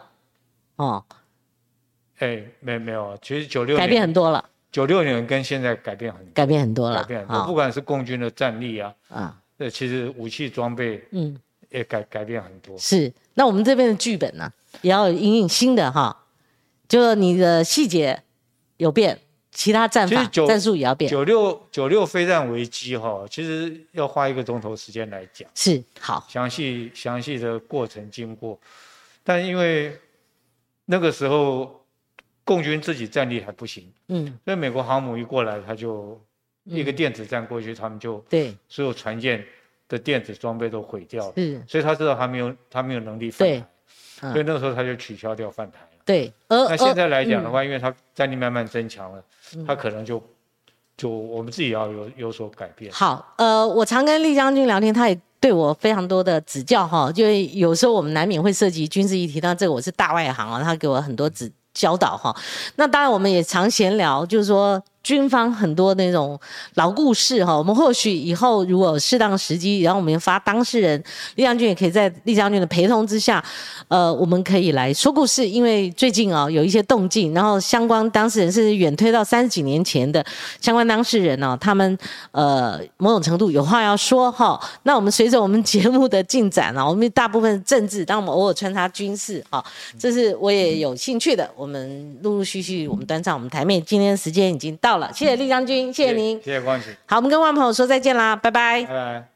没有，其实96年改变很多了。 96年跟现在改变很多了，不管是共军的战力其实武器装备也改变很多。是，那我们这边的剧本呢，也要因应新的就是你的细节有变，其他战法战术也要变。96 飞弹危机其实要花1个钟头时间来讲， 是好详细的过程经过，但因为那个时候共军自己战力还不行，所以美国航母一过来，他就一个电子战过去，他们就所有船舰的电子装备都毁掉了，所以他知道他没有能力犯台，所以那个时候他就取消掉犯台了。 对， 那现在来讲的话，因为他战力慢慢增强了，他可能就我们自己要有所改变。好， 我常跟厉将军聊天，他也对我非常多的指教就有时候我们难免会涉及军事议题，但这个我是大外行他给我很多教导那当然我们也常闲聊，就是说军方很多那种老故事我们或许以后如果有适当的时机，然后我们发当事人，力量军也可以在力将军的陪同之下，我们可以来说故事，因为最近有一些动静，然后相关当事人甚至远推到30几年前的相关当事人他们某种程度有话要说那我们随着我们节目的进展我们大部分政治，但我们偶尔穿插军事这是我也有兴趣的，我们陆陆续续我们端上我们台面，今天的时间已经到了，谢谢厉将军，谢谢您， 谢谢光启。 好，我们跟万朋友说再见啦，拜拜， 拜拜。